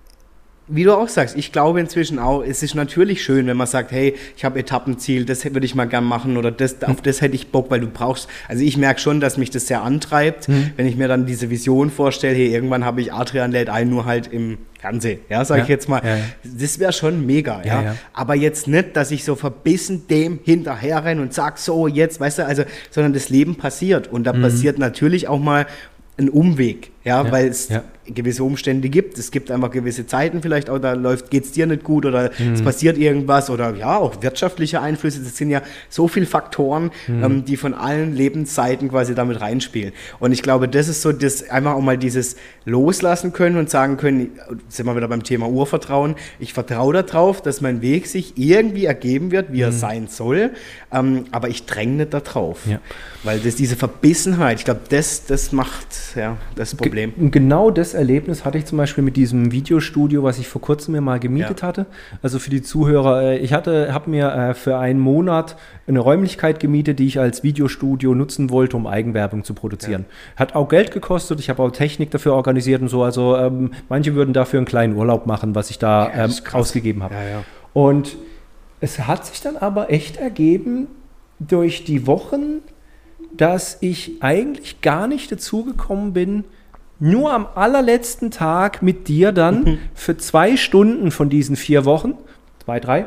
[SPEAKER 1] Wie du auch sagst, ich glaube inzwischen auch, es ist natürlich schön, wenn man sagt, hey, ich habe Etappenziel, das würde ich mal gern machen oder auf das hätte ich Bock, weil du brauchst, also ich merke schon, dass mich das sehr antreibt, wenn ich mir dann diese Vision vorstelle, hey, irgendwann habe ich Adrian lädt ein, nur halt im Fernsehen, sage ich jetzt mal. Ja. Das wäre schon mega, aber jetzt nicht, dass ich so verbissen dem hinterher renne und sag so, jetzt, weißt du, also, sondern das Leben passiert und da passiert natürlich auch mal ein Umweg, weil es gewisse Umstände gibt. Es gibt einfach gewisse Zeiten vielleicht auch, da geht es dir nicht gut oder es passiert irgendwas oder auch wirtschaftliche Einflüsse. Das sind ja so viele Faktoren, die von allen Lebenszeiten quasi damit reinspielen. Und ich glaube, das ist so, das einfach auch mal dieses Loslassen können und sagen können, sind wir wieder beim Thema Urvertrauen, ich vertraue darauf, dass mein Weg sich irgendwie ergeben wird, wie er sein soll, aber ich dränge nicht da drauf. Ja. Weil diese Verbissenheit, ich glaube, das macht das Problem.
[SPEAKER 2] Genau das Erlebnis hatte ich zum Beispiel mit diesem Videostudio, was ich vor kurzem mir mal gemietet hatte. Also für die Zuhörer, ich habe mir für einen Monat eine Räumlichkeit gemietet, die ich als Videostudio nutzen wollte, um Eigenwerbung zu produzieren. Hat auch Geld gekostet, ich habe auch Technik dafür organisiert und so. Also manche würden dafür einen kleinen Urlaub machen, was ich da ausgegeben habe. Ja. Und es hat sich dann aber echt ergeben durch die Wochen, dass ich eigentlich gar nicht dazu gekommen bin, nur am allerletzten Tag mit dir dann für 2 Stunden von diesen 4 Wochen, 2, 3,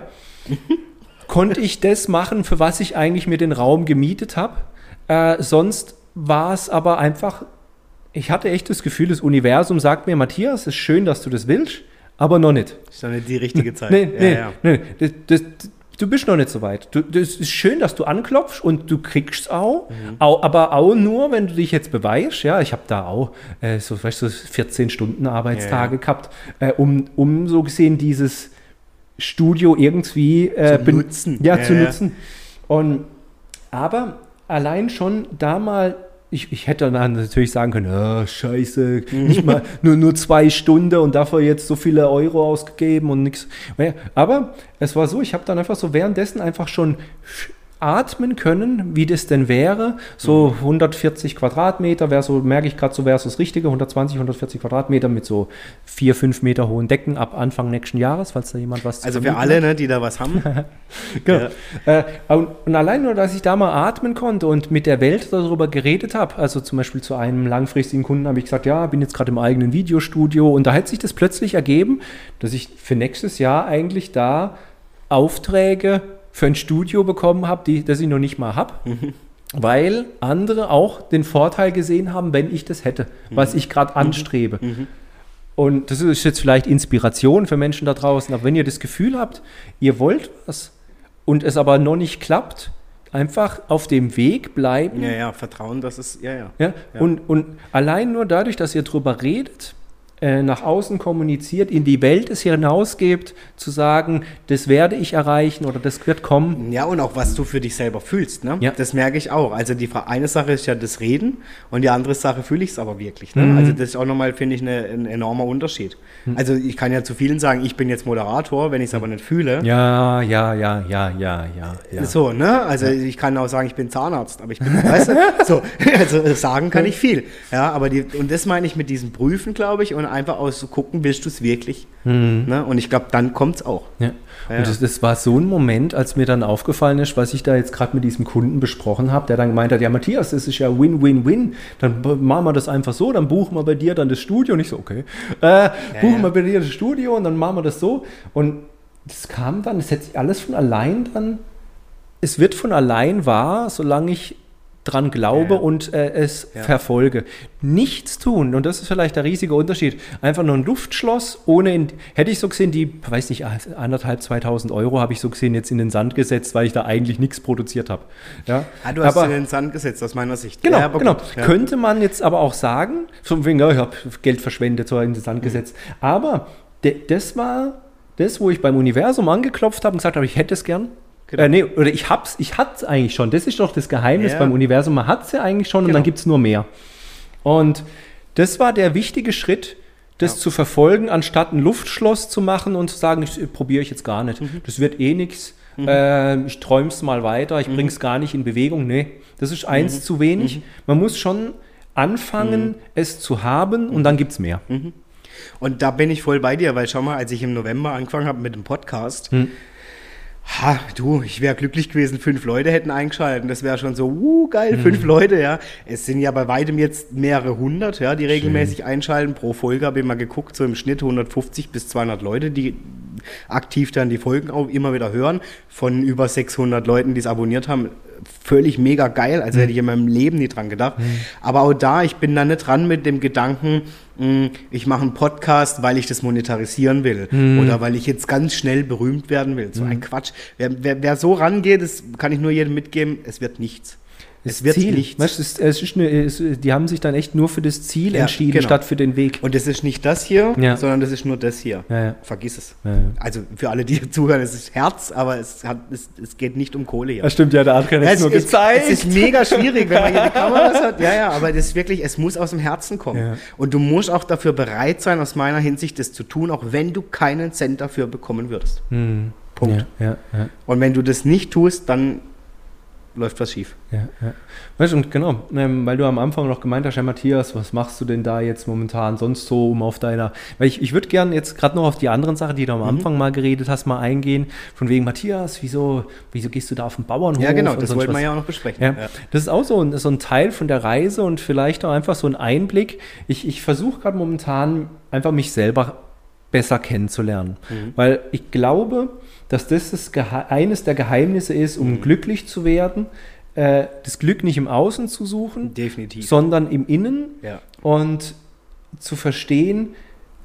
[SPEAKER 2] konnte ich das machen, für was ich eigentlich mir den Raum gemietet habe. Sonst war es aber einfach, ich hatte echt das Gefühl, das Universum sagt mir, Matthias, es ist schön, dass du das willst, aber noch nicht.
[SPEAKER 1] Das ist doch nicht die richtige Zeit.
[SPEAKER 2] Nee. Du bist noch nicht so weit. Das ist schön, dass du anklopfst und du kriegst es auch, aber auch nur, wenn du dich jetzt beweist. Ja, ich habe da auch so 14 Stunden Arbeitstage gehabt, um so gesehen dieses Studio irgendwie
[SPEAKER 1] zu nutzen.
[SPEAKER 2] Zu nutzen. Aber allein schon da mal ich hätte dann natürlich sagen können, scheiße, nicht mal nur 2 Stunden und dafür jetzt so viele Euro ausgegeben und nichts. Aber es war so, ich habe dann einfach so währenddessen einfach schon atmen können, wie das denn wäre. So 140 Quadratmeter wäre so, merke ich gerade, so wäre es das Richtige, 120, 140 Quadratmeter mit so 4, 5 Meter hohen Decken ab Anfang nächsten Jahres, falls da jemand was
[SPEAKER 1] Also für alle, ne, die da was haben.
[SPEAKER 2] Genau. Ja. Und allein nur, dass ich da mal atmen konnte und mit der Welt darüber geredet habe, also zum Beispiel zu einem langfristigen Kunden habe ich gesagt, ja, bin jetzt gerade im eigenen Videostudio und da hat sich das plötzlich ergeben, dass ich für nächstes Jahr eigentlich da Aufträge für ein Studio bekommen habe, das ich noch nicht mal habe, weil andere auch den Vorteil gesehen haben, wenn ich das hätte, was ich gerade anstrebe. Und das ist jetzt vielleicht Inspiration für Menschen da draußen, aber wenn ihr das Gefühl habt, ihr wollt was und es aber noch nicht klappt, einfach auf dem Weg bleiben.
[SPEAKER 1] Ja, Vertrauen, das ist, ja.
[SPEAKER 2] Und allein nur dadurch, dass ihr drüber redet, nach außen kommuniziert, in die Welt es hinausgebt, zu sagen, das werde ich erreichen oder das wird kommen.
[SPEAKER 1] Ja, und auch was du für dich selber fühlst, ne?
[SPEAKER 2] Ja.
[SPEAKER 1] Das merke ich auch. Also eine Sache ist ja das Reden und die andere Sache fühle ich es aber wirklich. Ne? Also das ist auch nochmal, finde ich, ein enormer Unterschied. Also ich kann ja zu vielen sagen, ich bin jetzt Moderator, wenn ich es aber nicht fühle.
[SPEAKER 2] Ja.
[SPEAKER 1] So, ne? Also ich kann auch sagen, ich bin Zahnarzt, aber ich bin, weißt du, so, also sagen kann ich viel. Ja, aber und das meine ich mit diesem Prüfen, glaube ich, und einfach aus zu gucken, willst du es wirklich? Ne? Und ich glaube, dann kommt es auch.
[SPEAKER 2] Ja. Und das war so ein Moment, als mir dann aufgefallen ist, was ich da jetzt gerade mit diesem Kunden besprochen habe, der dann gemeint hat, ja Matthias, das ist ja Win-Win-Win, dann machen wir das einfach so, dann buchen wir bei dir dann das Studio. Und ich so, okay, buchen wir bei dir das Studio und dann machen wir das so. Und das kam dann, es hat sich alles von allein dann, es wird von allein wahr, solange ich dran glaube und es verfolge. Nichts tun, und das ist vielleicht der riesige Unterschied. Einfach nur ein Luftschloss, hätte ich so gesehen, die, weiß nicht, 1.500, 2.000 Euro habe ich so gesehen jetzt in den Sand gesetzt, weil ich da eigentlich nichts produziert habe. Ja?
[SPEAKER 1] Du hast in den Sand gesetzt, aus meiner Sicht.
[SPEAKER 2] Genau, genau. Ja. Könnte man jetzt aber auch sagen, von wegen, ich habe Geld verschwendet, so in den Sand gesetzt. Aber das war das, wo ich beim Universum angeklopft habe und gesagt habe, ich hätte es gern. Genau. Ich hatte es eigentlich schon. Das ist doch das Geheimnis beim Universum. Man hat es ja eigentlich schon und dann gibt es nur mehr. Und das war der wichtige Schritt, das zu verfolgen, anstatt ein Luftschloss zu machen und zu sagen, probiere ich jetzt gar nicht. Das wird eh nichts. Ich träume es mal weiter, ich bringe es gar nicht in Bewegung. Nee, das ist eins zu wenig. Man muss schon anfangen, es zu haben und dann gibt es mehr.
[SPEAKER 1] Und da bin ich voll bei dir, weil schau mal, als ich im November angefangen habe mit dem Podcast, ich wäre glücklich gewesen, 5 Leute hätten eingeschaltet. Das wäre schon so, geil, 5 Leute, ja. Es sind ja bei weitem jetzt mehrere hundert, ja, die regelmäßig einschalten. Pro Folge habe ich mal geguckt, so im Schnitt 150 bis 200 Leute, die aktiv dann die Folgen auch immer wieder hören. Von über 600 Leuten, die es abonniert haben. Völlig mega geil, also hätte ich in meinem Leben nie dran gedacht. Aber auch da, ich bin da nicht dran mit dem Gedanken, ich mache einen Podcast, weil ich das monetarisieren will oder weil ich jetzt ganz schnell berühmt werden will. So ein Quatsch. Wer so rangeht, das kann ich nur jedem mitgeben, es wird nichts. Es wird
[SPEAKER 2] Ziel.
[SPEAKER 1] nichts.
[SPEAKER 2] Weißt du, die haben sich dann echt nur für das Ziel entschieden, statt für den Weg.
[SPEAKER 1] Und das ist nicht das hier, sondern das ist nur das hier. Vergiss es. Also für alle, die zuhören, es ist Herz, aber es geht nicht um Kohle hier.
[SPEAKER 2] Das stimmt, der Adrian hat es nur gezeigt.
[SPEAKER 1] Es ist mega schwierig, wenn man hier die Kameras hat. Aber das ist wirklich, es muss aus dem Herzen kommen. Ja. Und du musst auch dafür bereit sein, aus meiner Hinsicht, das zu tun, auch wenn du keinen Cent dafür bekommen würdest. Punkt. Ja. Und wenn du das nicht tust, dann läuft was schief.
[SPEAKER 2] Weißt du, und genau, weil du am Anfang noch gemeint hast, ja Matthias, was machst du denn da jetzt momentan sonst so, um auf deiner, weil ich würde gerne jetzt gerade noch auf die anderen Sachen, die du am Anfang mal geredet hast, mal eingehen, von wegen Matthias, wieso gehst du da auf den Bauernhof?
[SPEAKER 1] Ja genau, das wollten wir ja auch noch besprechen.
[SPEAKER 2] Ja. Das ist auch so ein Teil von der Reise und vielleicht auch einfach so ein Einblick. Ich versuche gerade momentan einfach mich selber besser kennenzulernen, weil ich glaube, dass das eines der Geheimnisse ist, um glücklich zu werden, das Glück nicht im Außen zu suchen,
[SPEAKER 1] definitiv,
[SPEAKER 2] sondern im Innen und zu verstehen,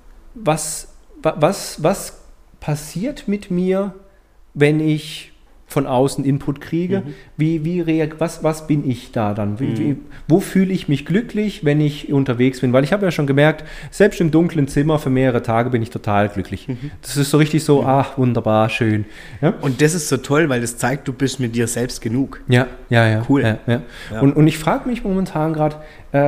[SPEAKER 2] was passiert mit mir, wenn ich von außen Input kriege, was bin ich da dann? Wo fühle ich mich glücklich, wenn ich unterwegs bin? Weil ich habe ja schon gemerkt, selbst im dunklen Zimmer für mehrere Tage bin ich total glücklich. Das ist so richtig so, ach, wunderbar, schön. Ja?
[SPEAKER 1] Und das ist so toll, weil das zeigt, du bist mit dir selbst genug.
[SPEAKER 2] Ja.
[SPEAKER 1] Cool.
[SPEAKER 2] Ja. Und ich frage mich momentan gerade,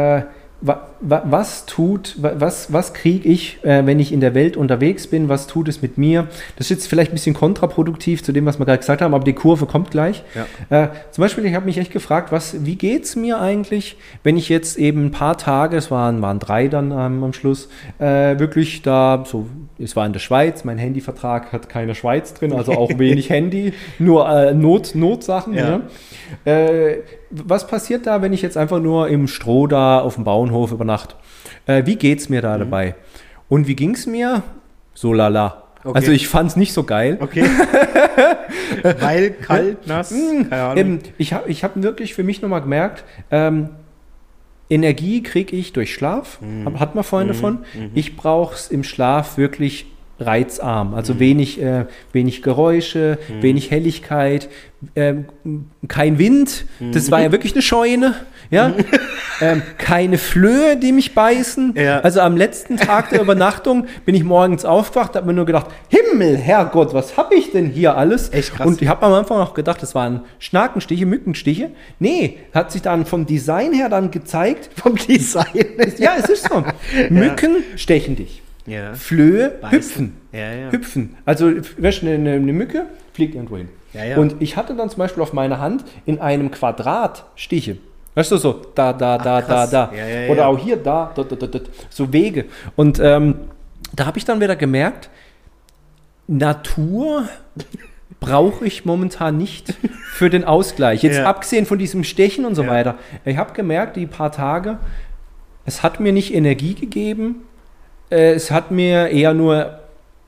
[SPEAKER 2] was kriege ich, wenn ich in der Welt unterwegs bin, was tut es mit mir? Das ist jetzt vielleicht ein bisschen kontraproduktiv zu dem, was wir gerade gesagt haben, aber die Kurve kommt gleich. Ja. Zum Beispiel, ich habe mich echt gefragt, wie geht es mir eigentlich, wenn ich jetzt eben ein paar Tage, es waren 3 dann am Schluss, wirklich da, so, es war in der Schweiz, mein Handyvertrag hat keine Schweiz drin, also auch wenig Handy, nur Notsachen. Ja. Was passiert da, wenn ich jetzt einfach nur im Stroh da auf dem Bauernhof übernachte? Wie geht es mir da dabei? Und wie ging es mir? So lala. Okay. Also ich fand es nicht so geil.
[SPEAKER 1] Okay. Weil kalt, nass, keine Ahnung.
[SPEAKER 2] Ich hab wirklich für mich nochmal gemerkt, Energie kriege ich durch Schlaf, hat man vorhin davon. Ich brauche es im Schlaf wirklich reizarm, also wenig Geräusche, wenig Helligkeit, kein Wind, das war ja wirklich eine Scheune, ja? Keine Flöhe, die mich beißen. Ja. Also am letzten Tag der Übernachtung bin ich morgens aufgewacht, habe mir nur gedacht, Himmel, Herrgott, was habe ich denn hier alles?
[SPEAKER 1] Echt krass.
[SPEAKER 2] Und ich habe am Anfang auch gedacht, das waren Schnakenstiche, Mückenstiche. Nee, hat sich dann vom Design her dann gezeigt.
[SPEAKER 1] Vom Design?
[SPEAKER 2] Ja, es ist so. Mücken stechen dich.
[SPEAKER 1] Ja.
[SPEAKER 2] Flöhe
[SPEAKER 1] Beißen.
[SPEAKER 2] hüpfen.
[SPEAKER 1] Ja.
[SPEAKER 2] Hüpfen. Also eine Mücke fliegt irgendwo hin.
[SPEAKER 1] Ja.
[SPEAKER 2] Und ich hatte dann zum Beispiel auf meiner Hand in einem Quadrat Stiche. Weißt du, so da.
[SPEAKER 1] Ja.
[SPEAKER 2] Oder auch hier, da, so Wege. Und da habe ich dann wieder gemerkt, Natur brauche ich momentan nicht für den Ausgleich. Jetzt abgesehen von diesem Stechen und so weiter. Ich habe gemerkt, die paar Tage, es hat mir nicht Energie gegeben, es hat mir eher nur,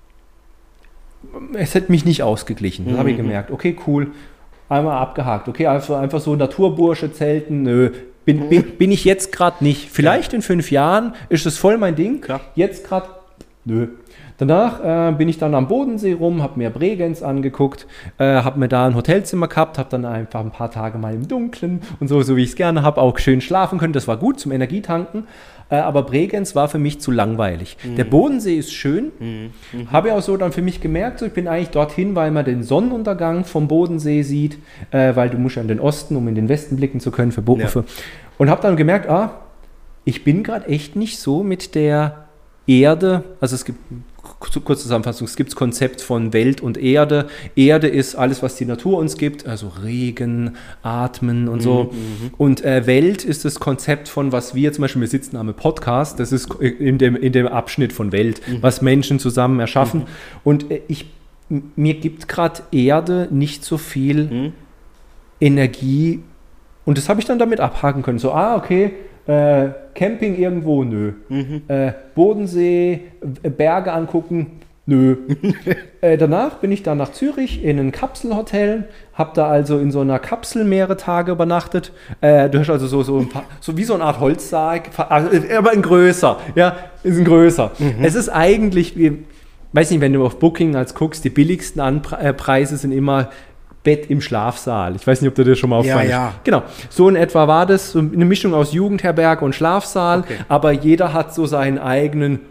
[SPEAKER 2] es hat mich nicht ausgeglichen. Das habe ich gemerkt. Okay, cool. Einmal abgehakt. Okay, einfach so Naturbursche zelten. Nö, bin ich jetzt gerade nicht. Vielleicht in 5 Jahren ist es voll mein Ding.
[SPEAKER 1] Klar.
[SPEAKER 2] Jetzt gerade, nö. Danach bin ich dann am Bodensee rum, habe mir Bregenz angeguckt, habe mir da ein Hotelzimmer gehabt, habe dann einfach ein paar Tage mal im Dunkeln und so wie ich es gerne habe, auch schön schlafen können. Das war gut zum Energietanken. Aber Bregenz war für mich zu langweilig. Der Bodensee ist schön. Habe ich auch so dann für mich gemerkt, so, ich bin eigentlich dorthin, weil man den Sonnenuntergang vom Bodensee sieht, weil du musst ja in den Osten, um in den Westen blicken zu können. Und habe dann gemerkt, ich bin gerade echt nicht so mit der Erde, also es gibt, kurze Zusammenfassung, es gibt das Konzept von Welt und Erde. Erde ist alles, was die Natur uns gibt, also Regen, Atmen und so. Und Welt ist das Konzept von, was wir zum Beispiel, wir sitzen am Podcast, das ist in dem Abschnitt von Welt, was Menschen zusammen erschaffen. Und mir gibt gerade Erde nicht so viel Energie. Und das habe ich dann damit abhaken können. So, okay, Camping irgendwo, nö. Bodensee, Berge angucken, nö. Danach bin ich dann nach Zürich in ein Kapselhotel, habe da also in so einer Kapsel mehrere Tage übernachtet. Du hast also so ein paar, so wie so eine Art Holzsarg, aber ein größer. Ja, ist ein größer. Es ist eigentlich, weiß nicht, wenn du auf Booking als guckst, die billigsten Preise sind immer Bett im Schlafsaal. Ich weiß nicht, ob du das schon mal aufgefallen ist.
[SPEAKER 1] Ja.
[SPEAKER 2] Genau, so in etwa war das, so eine Mischung aus Jugendherberge und Schlafsaal, aber jeder hat so seinen eigenen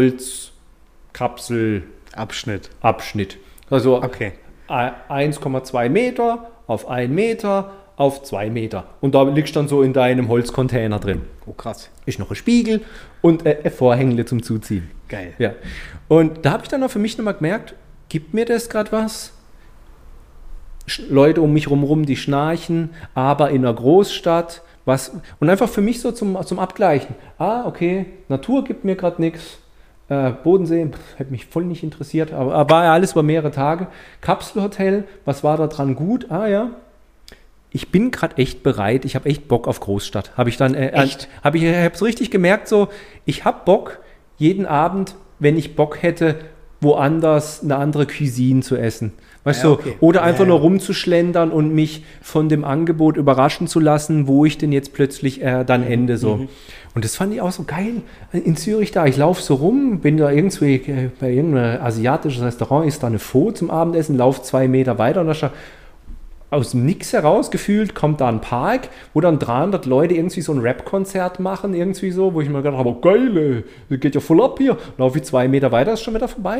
[SPEAKER 2] Holzkapsel-Abschnitt. Also 1,2 Meter auf 1 Meter auf 2 Meter. Und da liegst du dann so in deinem Holzcontainer drin.
[SPEAKER 1] Oh, krass.
[SPEAKER 2] Ist noch ein Spiegel und Vorhängle zum Zuziehen.
[SPEAKER 1] Geil.
[SPEAKER 2] Ja. Und da habe ich dann auch für mich nochmal gemerkt, gibt mir das gerade was? Leute um mich rum, die schnarchen, aber in einer Großstadt, und einfach für mich so zum Abgleichen. Okay, Natur gibt mir gerade nichts, Bodensee, hätte mich voll nicht interessiert, aber war ja alles über mehrere Tage. Kapselhotel, was war da dran gut? Ich bin gerade echt bereit, ich habe echt Bock auf Großstadt. Habe ich dann, habe es richtig gemerkt, so, ich habe Bock, jeden Abend, wenn ich Bock hätte, woanders eine andere Cuisine zu essen. Weißt du, oder einfach nur rumzuschlendern und mich von dem Angebot überraschen zu lassen, wo ich denn jetzt plötzlich dann ende. So. Und das fand ich auch so geil in Zürich da. Ich laufe so rum, bin da irgendwie bei irgendeinem asiatischen Restaurant, ist da eine Pho zum Abendessen, laufe 2 Meter weiter und da steht aus dem Nix heraus gefühlt kommt da ein Park, wo dann 300 Leute irgendwie so ein Rap-Konzert machen, irgendwie so, wo ich mir gedacht habe, oh, geil, das geht ja voll ab hier. Laufe ich 2 Meter weiter, ist schon wieder vorbei.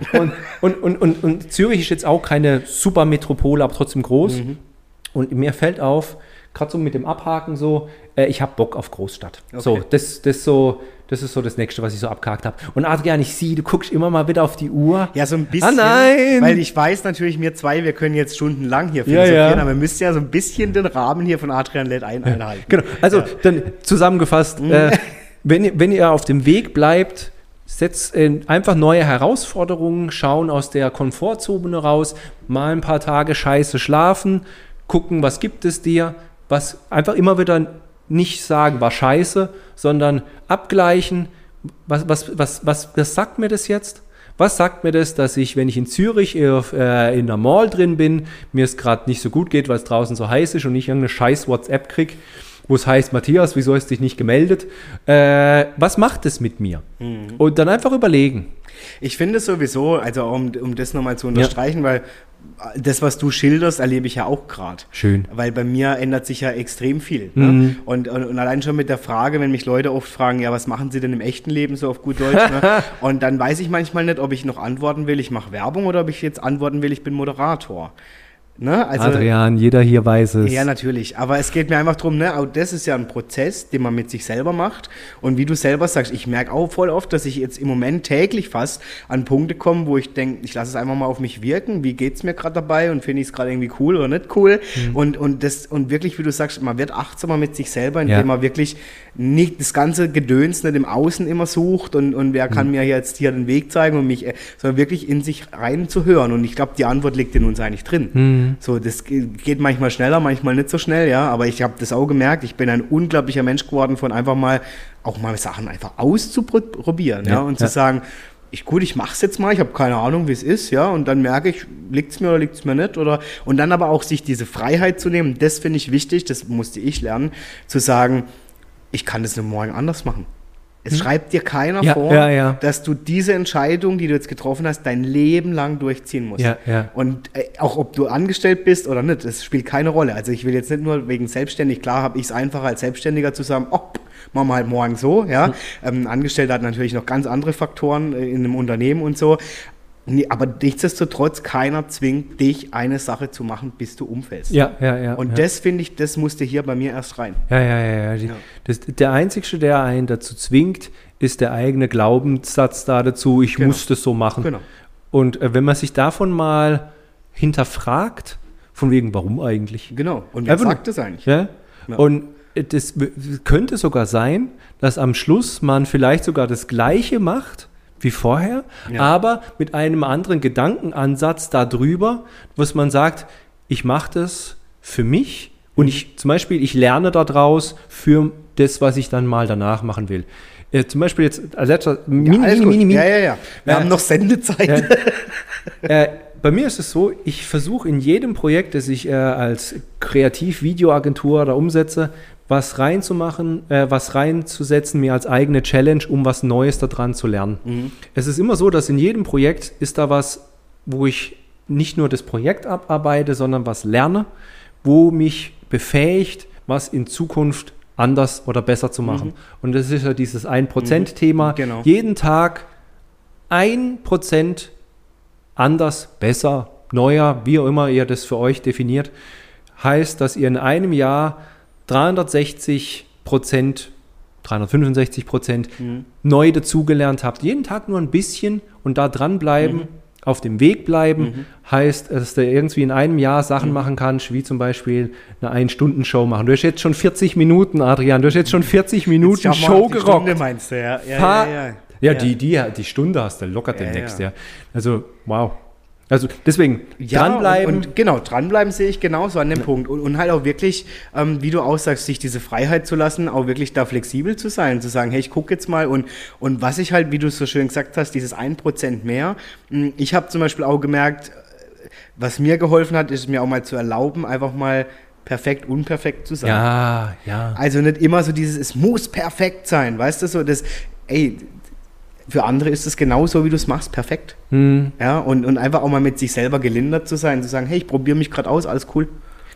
[SPEAKER 2] Und Zürich ist jetzt auch keine super Metropole, aber trotzdem groß. Und mir fällt auf, gerade so mit dem Abhaken so, ich habe Bock auf Großstadt. Okay. So, das ist so das Nächste, was ich so abgehakt habe. Und Adrian, ich sehe, du guckst immer mal wieder auf die Uhr.
[SPEAKER 1] Ja, so ein bisschen.
[SPEAKER 2] Nein!
[SPEAKER 1] Weil ich weiß natürlich, wir zwei, wir können jetzt stundenlang hier philosophieren, aber wir müssen ja so ein bisschen den Rahmen hier von Adrian lädt einhalten.
[SPEAKER 2] Genau, also dann zusammengefasst, wenn ihr auf dem Weg bleibt, setzt einfach neue Herausforderungen, schauen aus der Komfortzone raus, mal ein paar Tage scheiße schlafen, gucken, was gibt es dir, was einfach immer wieder nicht sagen, war scheiße, sondern abgleichen, was sagt mir das jetzt? Was sagt mir das, dass ich, wenn ich in Zürich in der Mall drin bin, mir es gerade nicht so gut geht, weil es draußen so heiß ist und ich irgendeine scheiß WhatsApp kriege, wo es heißt, Matthias, wieso hast du dich nicht gemeldet? Was macht es mit mir? Und dann einfach überlegen.
[SPEAKER 1] Ich finde sowieso, also um das nochmal zu unterstreichen, weil das, was du schilderst, erlebe ich ja auch gerade.
[SPEAKER 2] Schön.
[SPEAKER 1] Weil bei mir ändert sich ja extrem viel. Ne? Und allein schon mit der Frage, wenn mich Leute oft fragen, ja, was machen sie denn im echten Leben so auf gut Deutsch? Ne? Und dann weiß ich manchmal nicht, ob ich noch antworten will, ich mache Werbung oder ob ich jetzt antworten will, ich bin Moderator. Ne? Also,
[SPEAKER 2] Adrian, jeder hier weiß es.
[SPEAKER 1] Ja, natürlich. Aber es geht mir einfach darum, ne, auch das ist ja ein Prozess, den man mit sich selber macht. Und wie du selber sagst, ich merke auch voll oft, dass ich jetzt im Moment täglich fast an Punkte komme, wo ich denke, ich lasse es einfach mal auf mich wirken. Wie geht es mir gerade dabei? Und finde ich es gerade irgendwie cool oder nicht cool? Und wirklich, wie du sagst, man wird achtsamer mit sich selber, indem man wirklich nicht das ganze Gedöns nicht im Außen immer sucht und wer kann mir jetzt hier den Weg zeigen und mich, sondern wirklich in sich rein zu hören. Und ich glaube, die Antwort liegt in uns eigentlich drin. So, das geht manchmal schneller, manchmal nicht so schnell, ja, aber ich habe das auch gemerkt, ich bin ein unglaublicher Mensch geworden von einfach mal, auch mal Sachen einfach auszuprobieren, ja, und zu sagen, ich mache es jetzt mal, ich habe keine Ahnung, wie es ist, ja, und dann merke ich, liegt es mir oder liegt es mir nicht, und dann aber auch sich diese Freiheit zu nehmen, das finde ich wichtig, das musste ich lernen, zu sagen, ich kann das nur morgen anders machen. Es schreibt dir keiner vor, dass du diese Entscheidung, die du jetzt getroffen hast, dein Leben lang durchziehen musst. Und auch ob du angestellt bist oder nicht, das spielt keine Rolle. Also ich will jetzt nicht nur wegen selbstständig, klar habe ich es einfacher als Selbstständiger zu sagen, machen wir halt morgen so. Ja. Angestellter hat natürlich noch ganz andere Faktoren in einem Unternehmen und so. Nee, aber nichtsdestotrotz, keiner zwingt dich, eine Sache zu machen, bis du umfällst. Und das finde ich, das musste hier bei mir erst rein.
[SPEAKER 2] Der Einzige, der einen dazu zwingt, ist der eigene Glaubenssatz dazu, ich muss das so machen. Genau. Und wenn man sich davon mal hinterfragt, von wegen, warum eigentlich?
[SPEAKER 1] Genau. Und wer sagt das eigentlich?
[SPEAKER 2] Ja. Und das könnte sogar sein, dass am Schluss man vielleicht sogar das Gleiche macht, wie vorher, aber mit einem anderen Gedankenansatz darüber, was man sagt, ich mache das für mich und ich lerne daraus für das, was ich dann mal danach machen will. Zum Beispiel jetzt als letzter
[SPEAKER 1] Wir haben noch Sendezeit.
[SPEAKER 2] Bei mir ist es so, ich versuche in jedem Projekt, das ich als Kreativ-Videoagentur da umsetze, was reinzumachen, was reinzusetzen, mir als eigene Challenge, um was Neues daran zu lernen. Es ist immer so, dass in jedem Projekt ist da was, wo ich nicht nur das Projekt abarbeite, sondern was lerne, wo mich befähigt, was in Zukunft anders oder besser zu machen. Und das ist ja dieses 1%-Thema. Genau. Jeden Tag 1% anders, besser, neuer, wie auch immer ihr das für euch definiert, heißt, dass ihr in einem Jahr 365%, 365% neu dazugelernt habt. Jeden Tag nur ein bisschen und da dranbleiben, auf dem Weg bleiben, heißt, dass du irgendwie in einem Jahr Sachen machen kannst, wie zum Beispiel eine 1-Stunden-Show machen. Du hast jetzt schon 40 Minuten, Adrian, du hast jetzt schon 40 Minuten Show gerockt.
[SPEAKER 1] Stunde meinst du,
[SPEAKER 2] die Stunde hast du locker demnächst, Also, wow. Also deswegen dranbleiben.
[SPEAKER 1] Und genau, dranbleiben sehe ich genauso an dem Punkt. Und halt auch wirklich, wie du auch sagst, sich diese Freiheit zu lassen, auch wirklich da flexibel zu sein, zu sagen, hey, ich gucke jetzt mal und was ich halt, wie du es so schön gesagt hast, dieses 1% mehr. Ich habe zum Beispiel auch gemerkt, was mir geholfen hat, ist mir auch mal zu erlauben, einfach mal perfekt, unperfekt zu sein.
[SPEAKER 2] Ja.
[SPEAKER 1] Also nicht immer so dieses, es muss perfekt sein, weißt du, so das, für andere ist es genauso, wie du es machst, perfekt. Ja, und einfach auch mal mit sich selber gelindert zu sein, zu sagen, hey, ich probiere mich gerade aus, alles cool.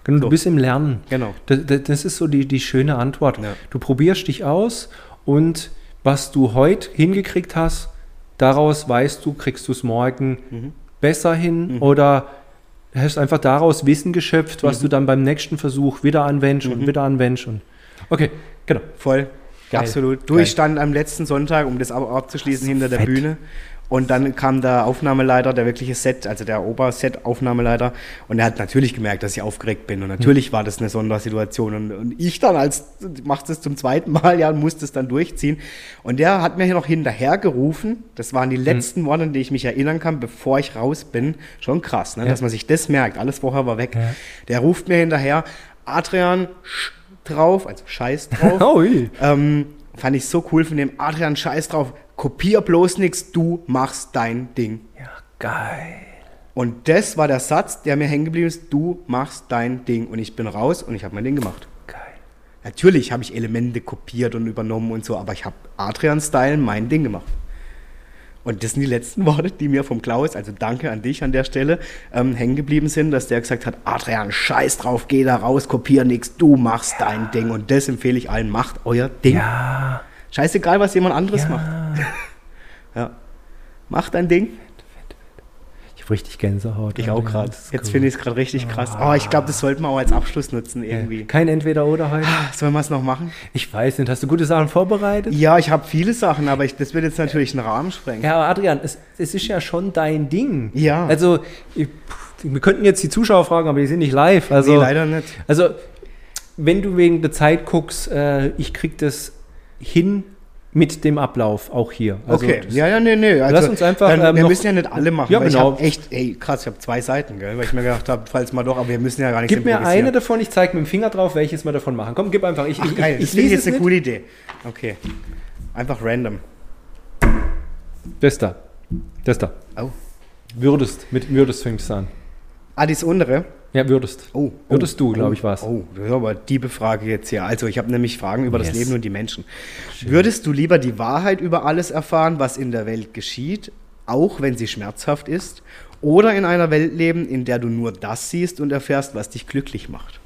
[SPEAKER 2] Genau,
[SPEAKER 1] So.
[SPEAKER 2] du bist im Lernen.
[SPEAKER 1] Genau.
[SPEAKER 2] Das ist so die schöne Antwort.
[SPEAKER 1] Ja.
[SPEAKER 2] Du probierst dich aus und was du heute hingekriegt hast, daraus weißt du, kriegst du es morgen besser hin oder hast einfach daraus Wissen geschöpft, was du dann beim nächsten Versuch wieder anwendest und wieder anwendest. Und okay, genau.
[SPEAKER 1] Voll.
[SPEAKER 2] Geil.
[SPEAKER 1] Absolut. Du,
[SPEAKER 2] Geil.
[SPEAKER 1] ich stand am letzten Sonntag, um das abzuschließen, hinter der
[SPEAKER 2] fett.
[SPEAKER 1] Bühne. Und dann kam der Aufnahmeleiter, der wirkliche Set, also der Oberset-Aufnahmeleiter. Und er hat natürlich gemerkt, dass ich aufgeregt bin. Und natürlich war das eine Sondersituation. Und ich dann mach das zum zweiten Mal, ja, und musste es dann durchziehen. Und der hat mir hier noch hinterher gerufen. Das waren die letzten Worte, an die ich mich erinnern kann, bevor ich raus bin. Schon krass, ne? Dass man sich das merkt. Alles vorher war weg.
[SPEAKER 2] Ja.
[SPEAKER 1] Der ruft mir hinterher, Adrian, drauf, also Scheiß drauf.
[SPEAKER 2] Ui.
[SPEAKER 1] Fand ich so cool von dem Adrian, Scheiß drauf, kopier bloß nichts, du machst dein Ding.
[SPEAKER 2] Ja, geil.
[SPEAKER 1] Und das war der Satz, der mir hängen geblieben ist, du machst dein Ding. Und ich bin raus und ich habe mein Ding gemacht.
[SPEAKER 2] Geil.
[SPEAKER 1] Natürlich habe ich Elemente kopiert und übernommen und so, aber ich habe Adrian-Style mein Ding gemacht. Und das sind die letzten Worte, die mir vom Klaus, also danke an dich an der Stelle, hängen geblieben sind, dass der gesagt hat, Adrian, Scheiß drauf, geh da raus, kopier nichts, du machst dein Ding. Und das empfehle ich allen, macht euer Ding.
[SPEAKER 2] Ja.
[SPEAKER 1] Scheißegal, was jemand anderes macht. Ja. Macht dein Ding.
[SPEAKER 2] Ich habe richtig Gänsehaut.
[SPEAKER 1] Ich auch
[SPEAKER 2] Ja,
[SPEAKER 1] gerade.
[SPEAKER 2] das ist
[SPEAKER 1] Jetzt
[SPEAKER 2] cool.
[SPEAKER 1] finde ich es gerade richtig krass. Oh, ich glaube, das sollten wir auch als Abschluss nutzen irgendwie.
[SPEAKER 2] Kein Entweder-Oder heute?
[SPEAKER 1] Sollen wir es noch machen?
[SPEAKER 2] Ich weiß nicht. Hast du gute Sachen vorbereitet?
[SPEAKER 1] Ja, ich habe viele Sachen, aber das wird jetzt natürlich einen Rahmen sprengen.
[SPEAKER 2] Ja, aber Adrian, es ist ja schon dein Ding.
[SPEAKER 1] Ja.
[SPEAKER 2] Also, wir könnten jetzt die Zuschauer fragen, aber die sind nicht live. Also,
[SPEAKER 1] Nee, leider nicht.
[SPEAKER 2] Also, wenn du wegen der Zeit guckst, ich krieg das hin mit dem Ablauf, auch hier. Also,
[SPEAKER 1] Okay,
[SPEAKER 2] das-
[SPEAKER 1] ja, nee. Also,
[SPEAKER 2] Lass uns einfach,
[SPEAKER 1] wir
[SPEAKER 2] noch-
[SPEAKER 1] müssen ja nicht alle machen.
[SPEAKER 2] Ja,
[SPEAKER 1] weil
[SPEAKER 2] genau.
[SPEAKER 1] Ich habe echt, krass, ich habe 2 Seiten, gell, weil ich mir gedacht habe, falls mal doch, aber wir müssen ja gar nichts
[SPEAKER 2] Gib mir
[SPEAKER 1] improvisieren.
[SPEAKER 2] eine davon, ich zeige mit dem Finger drauf, welches wir davon machen. Komm, gib einfach.
[SPEAKER 1] Ach, geil, das finde ich jetzt eine coole Idee. Okay, einfach random.
[SPEAKER 2] Das da.
[SPEAKER 1] Oh.
[SPEAKER 2] Würdest fängst es an.
[SPEAKER 1] Ah, das untere?
[SPEAKER 2] Ja, würdest.
[SPEAKER 1] Oh,
[SPEAKER 2] Würdest du, glaube ich, war's.
[SPEAKER 1] Oh, das ist aber die Frage jetzt hier. Also, ich habe nämlich Fragen über das
[SPEAKER 2] Yes.
[SPEAKER 1] Leben und die Menschen. Würdest du lieber die Wahrheit über alles erfahren, was in der Welt geschieht, auch wenn sie schmerzhaft ist, oder in einer Welt leben, in der du nur das siehst und erfährst, was dich glücklich macht?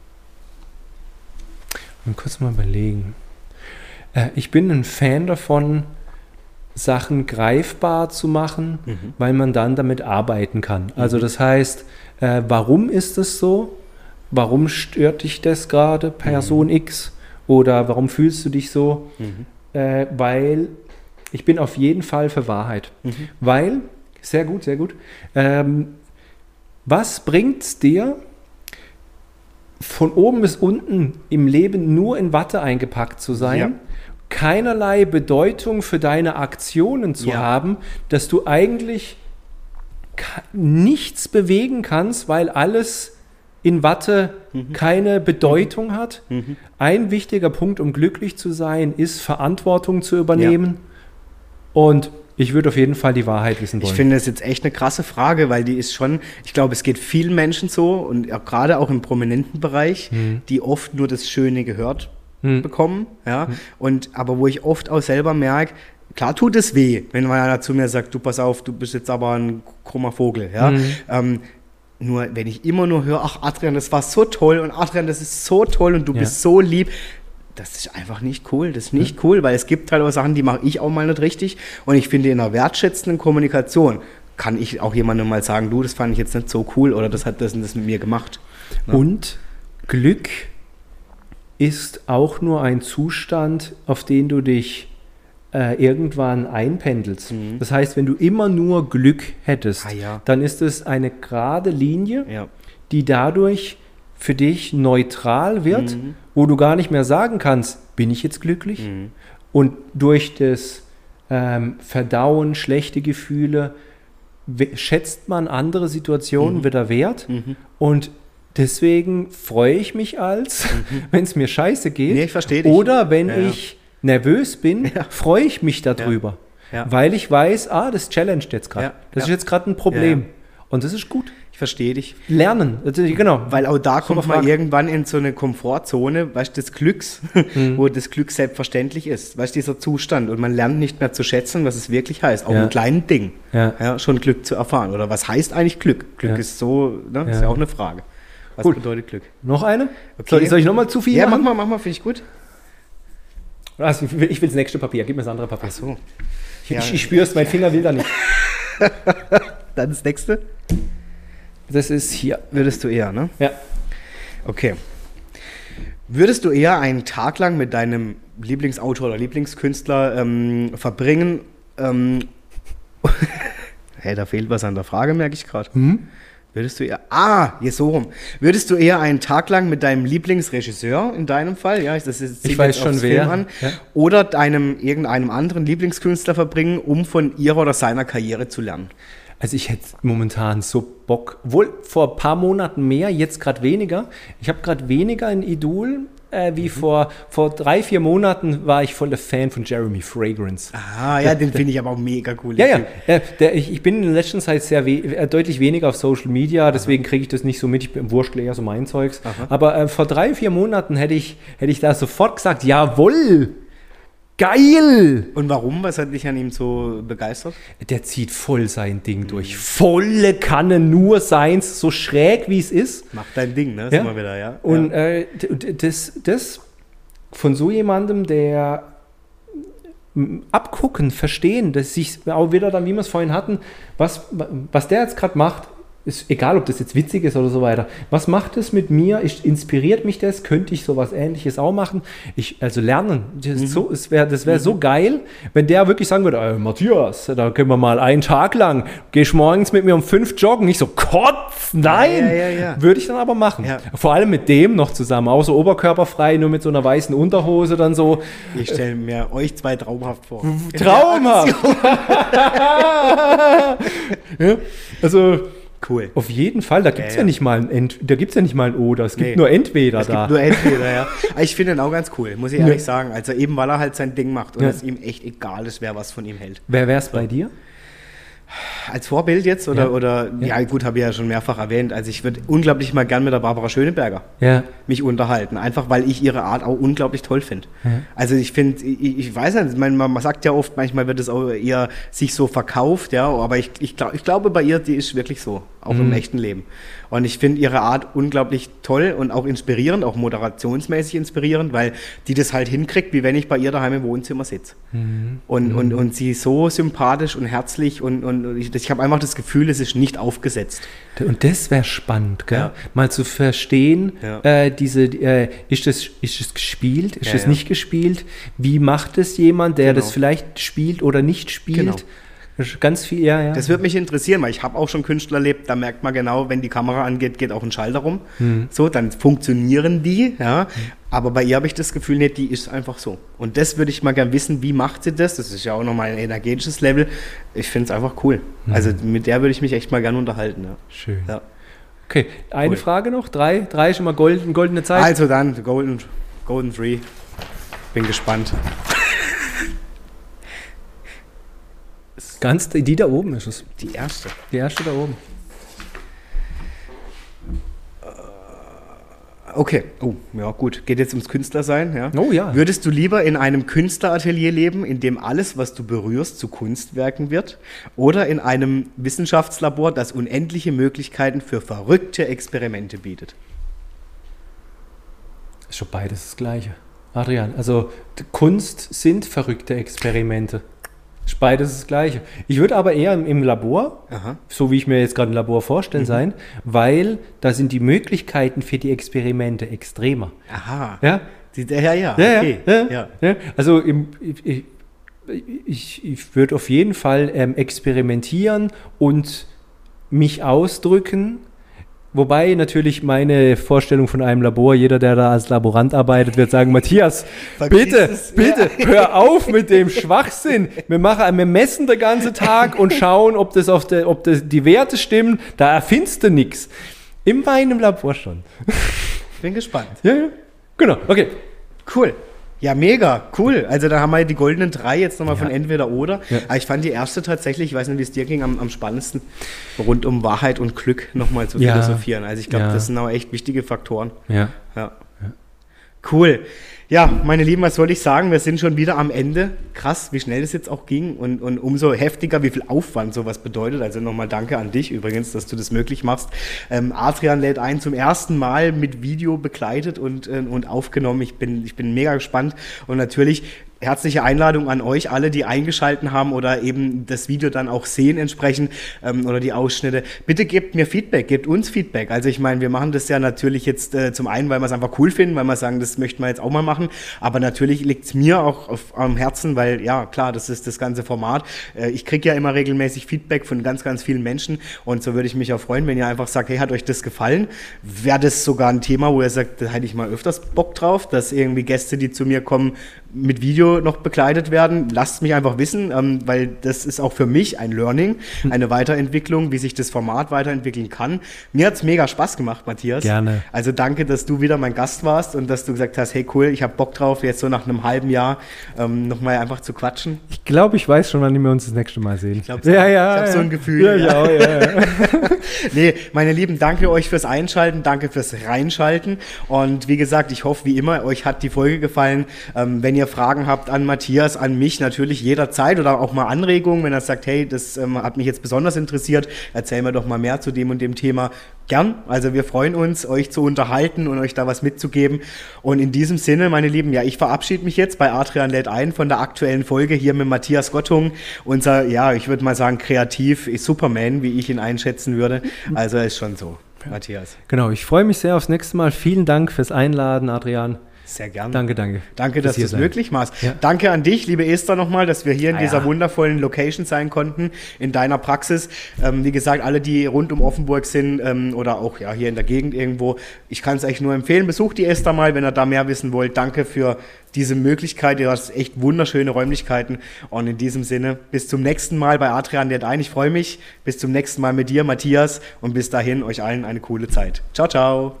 [SPEAKER 2] Mal kurz mal überlegen. Ich bin ein Fan davon, Sachen greifbar zu machen, weil man dann damit arbeiten kann. Also das heißt, warum ist es so? Warum stört dich das gerade, Person X? Oder warum fühlst du dich so? Weil ich bin auf jeden Fall für Wahrheit. Weil, sehr gut, was bringt es dir, von oben bis unten im Leben nur in Watte eingepackt zu sein,
[SPEAKER 1] Ja.
[SPEAKER 2] keinerlei Bedeutung für deine Aktionen zu
[SPEAKER 1] Ja.
[SPEAKER 2] haben, dass du eigentlich nichts bewegen kannst, weil alles in Watte keine Bedeutung hat. Ein wichtiger Punkt, um glücklich zu sein, ist Verantwortung zu übernehmen. Und ich würde auf jeden Fall die Wahrheit wissen wollen.
[SPEAKER 1] Ich finde das jetzt echt eine krasse Frage, weil die ist schon, ich glaube, es geht vielen Menschen so und auch gerade auch im prominenten Bereich, die oft nur das Schöne gehört bekommen, ja, und aber wo ich oft auch selber merke, klar tut es weh, wenn mal einer zu mir sagt, du pass auf, du bist jetzt aber ein krummer Vogel, ja, nur wenn ich immer nur höre, ach Adrian, das war so toll und Adrian, das ist so toll und du bist so lieb, das ist einfach nicht cool. Das ist nicht cool, weil es gibt halt auch Sachen, die mache ich auch mal nicht richtig. Und ich finde, in einer wertschätzenden Kommunikation kann ich auch jemandem mal sagen, du, das fand ich jetzt nicht so cool oder das hat das und das mit mir gemacht. Ne?
[SPEAKER 2] Und Glück ist auch nur ein Zustand, auf den du dich irgendwann einpendelst. Das heißt, wenn du immer nur Glück hättest, dann ist es eine gerade Linie, die dadurch für dich neutral wird, wo du gar nicht mehr sagen kannst, bin ich jetzt glücklich? Und durch das Verdauen, schlechte Gefühle, schätzt man andere Situationen wieder wert. Und deswegen freue ich mich wenn es mir scheiße geht.
[SPEAKER 1] Nee, ich verstehe dich.
[SPEAKER 2] Oder wenn ich nervös bin, freue ich mich darüber. Weil ich weiß, das challenged jetzt gerade. Das ist jetzt gerade ein Problem. Und das ist gut.
[SPEAKER 1] Ich verstehe dich.
[SPEAKER 2] Lernen, genau.
[SPEAKER 1] Weil auch da kommt man irgendwann in so eine Komfortzone, weißt du, des Glücks, wo das Glück selbstverständlich ist. Weißt du, dieser Zustand. Und man lernt nicht mehr zu schätzen, was es wirklich heißt. Auch ein kleines Ding. Schon Glück zu erfahren. Oder was heißt eigentlich Glück? Glück ist so, ne? Ist ja auch eine Frage. Was
[SPEAKER 2] Gut.
[SPEAKER 1] bedeutet Glück?
[SPEAKER 2] Noch eine?
[SPEAKER 1] Okay.
[SPEAKER 2] Soll ich nochmal zu viel
[SPEAKER 1] Ja,
[SPEAKER 2] machen?
[SPEAKER 1] mach mal, finde ich gut.
[SPEAKER 2] Also, ich will das nächste Papier. Gib mir das andere Papier.
[SPEAKER 1] Ach so.
[SPEAKER 2] Ich spüre es, mein Finger will da nicht.
[SPEAKER 1] Dann das nächste.
[SPEAKER 2] Das ist hier.
[SPEAKER 1] Würdest du eher, ne?
[SPEAKER 2] Ja.
[SPEAKER 1] Okay. Würdest du eher einen Tag lang mit deinem Lieblingsautor oder Lieblingskünstler verbringen? Hey, da fehlt was an der Frage, merke ich gerade. Würdest du eher. Jetzt so rum. Würdest du eher einen Tag lang mit deinem Lieblingsregisseur in deinem Fall, ja, das ist,
[SPEAKER 2] Ich weiß schon wer.
[SPEAKER 1] an,
[SPEAKER 2] Ja.
[SPEAKER 1] oder irgendeinem anderen Lieblingskünstler verbringen, um von ihrer oder seiner Karriere zu lernen?
[SPEAKER 2] Also ich hätte momentan so Bock, wohl vor ein paar Monaten mehr, jetzt gerade weniger. Ich habe gerade weniger ein Idol, wie vor 3-4 Monaten war ich voll der Fan von Jeremy Fragrance.
[SPEAKER 1] Ja, den finde ich aber auch mega cool.
[SPEAKER 2] Ja. Ich bin in der letzten Zeit deutlich weniger auf Social Media, deswegen kriege ich das nicht so mit. Ich wurschtle eher so mein Zeugs. Aber vor 3-4 Monaten hätte ich da sofort gesagt, jawohl, geil!
[SPEAKER 1] Und warum? Was hat dich an ihm so begeistert?
[SPEAKER 2] Der zieht voll sein Ding durch. Volle Kanne, nur seins, so schräg wie es ist.
[SPEAKER 1] Mach dein Ding, ne?
[SPEAKER 2] Ja?
[SPEAKER 1] Sind wir wieder, ja.
[SPEAKER 2] Und das von so jemandem, der abgucken, verstehen, dass sich auch wieder dann, wie wir es vorhin hatten, was der jetzt gerade macht, ist egal, ob das jetzt witzig ist oder so weiter. Was macht es mit mir? Inspiriert mich das? Könnte ich sowas Ähnliches auch machen? Also lernen. Das wäre so geil, wenn der wirklich sagen würde, Matthias, da können wir mal einen Tag lang, gehst morgens mit mir um 5 joggen. Ich so, Kotz, nein!
[SPEAKER 1] Ja.
[SPEAKER 2] Würde ich dann aber machen.
[SPEAKER 1] Ja.
[SPEAKER 2] Vor allem mit dem noch zusammen, auch so oberkörperfrei, nur mit so einer weißen Unterhose dann so.
[SPEAKER 1] Ich stelle mir euch zwei traumhaft vor.
[SPEAKER 2] Traumhaft! Ja, also
[SPEAKER 1] Cool.
[SPEAKER 2] auf jeden Fall, da gibt es ja nicht mal ein Oder, es gibt nur entweder
[SPEAKER 1] es
[SPEAKER 2] da.
[SPEAKER 1] gibt nur entweder, ja. Aber ich finde ihn auch ganz cool, muss ich ehrlich sagen. Also eben, weil er halt sein Ding macht und es ihm echt egal ist, wer was von ihm hält.
[SPEAKER 2] Wer wäre es bei dir?
[SPEAKER 1] Als Vorbild jetzt? Ja gut, habe ich ja schon mehrfach erwähnt. Also ich würde unglaublich mal gern mit der Barbara Schöneberger mich unterhalten. Einfach, weil ich ihre Art auch unglaublich toll finde. Ja. Also ich finde, ich weiß nicht, man sagt ja oft, manchmal wird es auch eher sich so verkauft, ja, aber ich glaube bei ihr, die ist wirklich so, auch im echten Leben. Und ich finde ihre Art unglaublich toll und auch inspirierend, auch moderationsmäßig inspirierend, weil die das halt hinkriegt, wie wenn ich bei ihr daheim im Wohnzimmer sitze. Und sie ist so sympathisch und herzlich und ich habe einfach das Gefühl, es ist nicht aufgesetzt.
[SPEAKER 2] Und das wäre spannend, gell? Ja. Mal zu verstehen, ist das gespielt, ist das nicht gespielt? Wie macht es jemand, der das vielleicht spielt oder nicht spielt? Genau. Ganz viel, ja.
[SPEAKER 1] Das würde mich interessieren, weil ich habe auch schon Künstler erlebt, da merkt man genau, wenn die Kamera angeht, geht auch ein Schalter rum. So, dann funktionieren die, ja. Aber bei ihr habe ich das Gefühl, nicht, die ist einfach so. Und das würde ich mal gerne wissen, wie macht sie das? Das ist ja auch nochmal ein energetisches Level. Ich finde es einfach cool. Also mit der würde ich mich echt mal gerne unterhalten. Ja.
[SPEAKER 2] Schön. Ja. Okay, eine Frage noch, drei schon mal goldene Zeit.
[SPEAKER 1] Also dann, Golden 3. Bin gespannt.
[SPEAKER 2] Die da oben ist es.
[SPEAKER 1] Die erste.
[SPEAKER 2] Die erste da oben.
[SPEAKER 1] Okay. Oh, ja gut. Geht jetzt ums Künstlersein, ja?
[SPEAKER 2] Oh ja.
[SPEAKER 1] Würdest du lieber in einem Künstleratelier leben, in dem alles, was du berührst, zu Kunstwerken wird? Oder in einem Wissenschaftslabor, das unendliche Möglichkeiten für verrückte Experimente bietet?
[SPEAKER 2] Ist schon beides das Gleiche. Adrian, also Kunst sind verrückte Experimente. Ist beides das Gleiche. Ich würde aber eher im Labor, so wie ich mir jetzt gerade ein Labor vorstelle, sein, weil da sind die Möglichkeiten für die Experimente extremer.
[SPEAKER 1] Aha.
[SPEAKER 2] Ja?
[SPEAKER 1] Okay.
[SPEAKER 2] Ja. Also ich würde auf jeden Fall experimentieren und mich ausdrücken. Wobei natürlich meine Vorstellung von einem Labor, jeder, der da als Laborant arbeitet, wird sagen, Matthias, bitte, hör auf mit dem Schwachsinn. Wir messen den ganzen Tag und schauen, ob die Werte stimmen. Da erfindest du nichts. In meinem Labor schon.
[SPEAKER 1] Bin gespannt.
[SPEAKER 2] Ja, genau. Okay.
[SPEAKER 1] Cool. Ja, mega, cool. Also da haben wir die goldenen 3 jetzt nochmal von entweder oder. Ja. Aber ich fand die erste tatsächlich, ich weiß nicht, wie es dir ging, am spannendsten, rund um Wahrheit und Glück nochmal zu philosophieren. Also ich glaube, das sind auch echt wichtige Faktoren.
[SPEAKER 2] Ja.
[SPEAKER 1] Cool. Ja, meine Lieben, was soll ich sagen? Wir sind schon wieder am Ende. Krass, wie schnell das jetzt auch ging und umso heftiger, wie viel Aufwand sowas bedeutet. Also nochmal danke an dich übrigens, dass du das möglich machst. Adrian lädt ein, zum ersten Mal mit Video begleitet und aufgenommen. Ich bin mega gespannt und natürlich herzliche Einladung an euch alle, die eingeschalten haben oder eben das Video dann auch sehen entsprechend oder die Ausschnitte. Bitte gebt mir Feedback, gebt uns Feedback. Also ich meine, wir machen das ja natürlich jetzt zum einen, weil wir es einfach cool finden, weil wir sagen, das möchten wir jetzt auch mal machen, aber natürlich liegt es mir auch am Herzen, weil ja klar, das ist das ganze Format. Ich kriege ja immer regelmäßig Feedback von ganz, ganz vielen Menschen und so würde ich mich auch freuen, wenn ihr einfach sagt, hey, hat euch das gefallen? Wäre das sogar ein Thema, wo ihr sagt, da hätte ich mal öfters Bock drauf, dass irgendwie Gäste, die zu mir kommen, mit Video noch begleitet werden. Lasst mich einfach wissen, weil das ist auch für mich ein Learning, eine Weiterentwicklung, wie sich das Format weiterentwickeln kann. Mir hat es mega Spaß gemacht, Matthias.
[SPEAKER 2] Gerne.
[SPEAKER 1] Also danke, dass du wieder mein Gast warst und dass du gesagt hast, hey cool, ich habe Bock drauf, jetzt so nach einem halben Jahr nochmal einfach zu quatschen.
[SPEAKER 2] Ich glaube, ich weiß schon, wann wir uns das nächste Mal sehen.
[SPEAKER 1] Ich habe so ein Gefühl.
[SPEAKER 2] Ja.
[SPEAKER 1] Nee, meine Lieben, danke euch fürs Einschalten, danke fürs Reinschalten und wie gesagt, ich hoffe wie immer, euch hat die Folge gefallen. Wenn ihr Fragen habt an Matthias, an mich natürlich jederzeit oder auch mal Anregungen, wenn er sagt, hey, das hat mich jetzt besonders interessiert, erzähl mir doch mal mehr zu dem und dem Thema. Gern, also wir freuen uns, euch zu unterhalten und euch da was mitzugeben und in diesem Sinne, meine Lieben, ja, ich verabschiede mich jetzt bei Adrian lädt ein von der aktuellen Folge hier mit Matthias Gottung, unser, ja, ich würde mal sagen, kreativ Superman, wie ich ihn einschätzen würde, also ist schon so, Matthias.
[SPEAKER 2] Genau, ich freue mich sehr aufs nächste Mal, vielen Dank fürs Einladen, Adrian.
[SPEAKER 1] Sehr gerne.
[SPEAKER 2] Danke.
[SPEAKER 1] Danke, dass du es möglich machst.
[SPEAKER 2] Ja.
[SPEAKER 1] Danke an dich, liebe Esther, nochmal, dass wir hier in dieser wundervollen Location sein konnten, in deiner Praxis. Wie gesagt, alle, die rund um Offenburg sind oder auch ja hier in der Gegend irgendwo, ich kann es euch nur empfehlen, besucht die Esther mal, wenn ihr da mehr wissen wollt. Danke für diese Möglichkeit, ihr habt echt wunderschöne Räumlichkeiten und in diesem Sinne, bis zum nächsten Mal bei Adrian lädt ein. Ich freue mich, bis zum nächsten Mal mit dir, Matthias, und bis dahin euch allen eine coole Zeit. Ciao, ciao.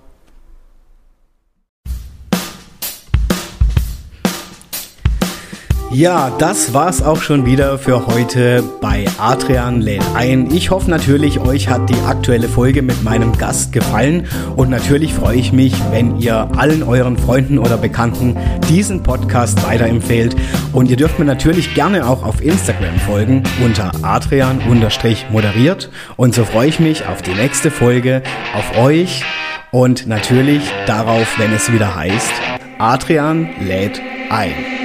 [SPEAKER 1] Ja, das war's auch schon wieder für heute bei Adrian lädt ein. Ich hoffe natürlich, euch hat die aktuelle Folge mit meinem Gast gefallen und natürlich freue ich mich, wenn ihr allen euren Freunden oder Bekannten diesen Podcast weiterempfehlt und ihr dürft mir natürlich gerne auch auf Instagram folgen unter Adrian_moderiert und so freue ich mich auf die nächste Folge, auf euch und natürlich darauf, wenn es wieder heißt, Adrian lädt ein.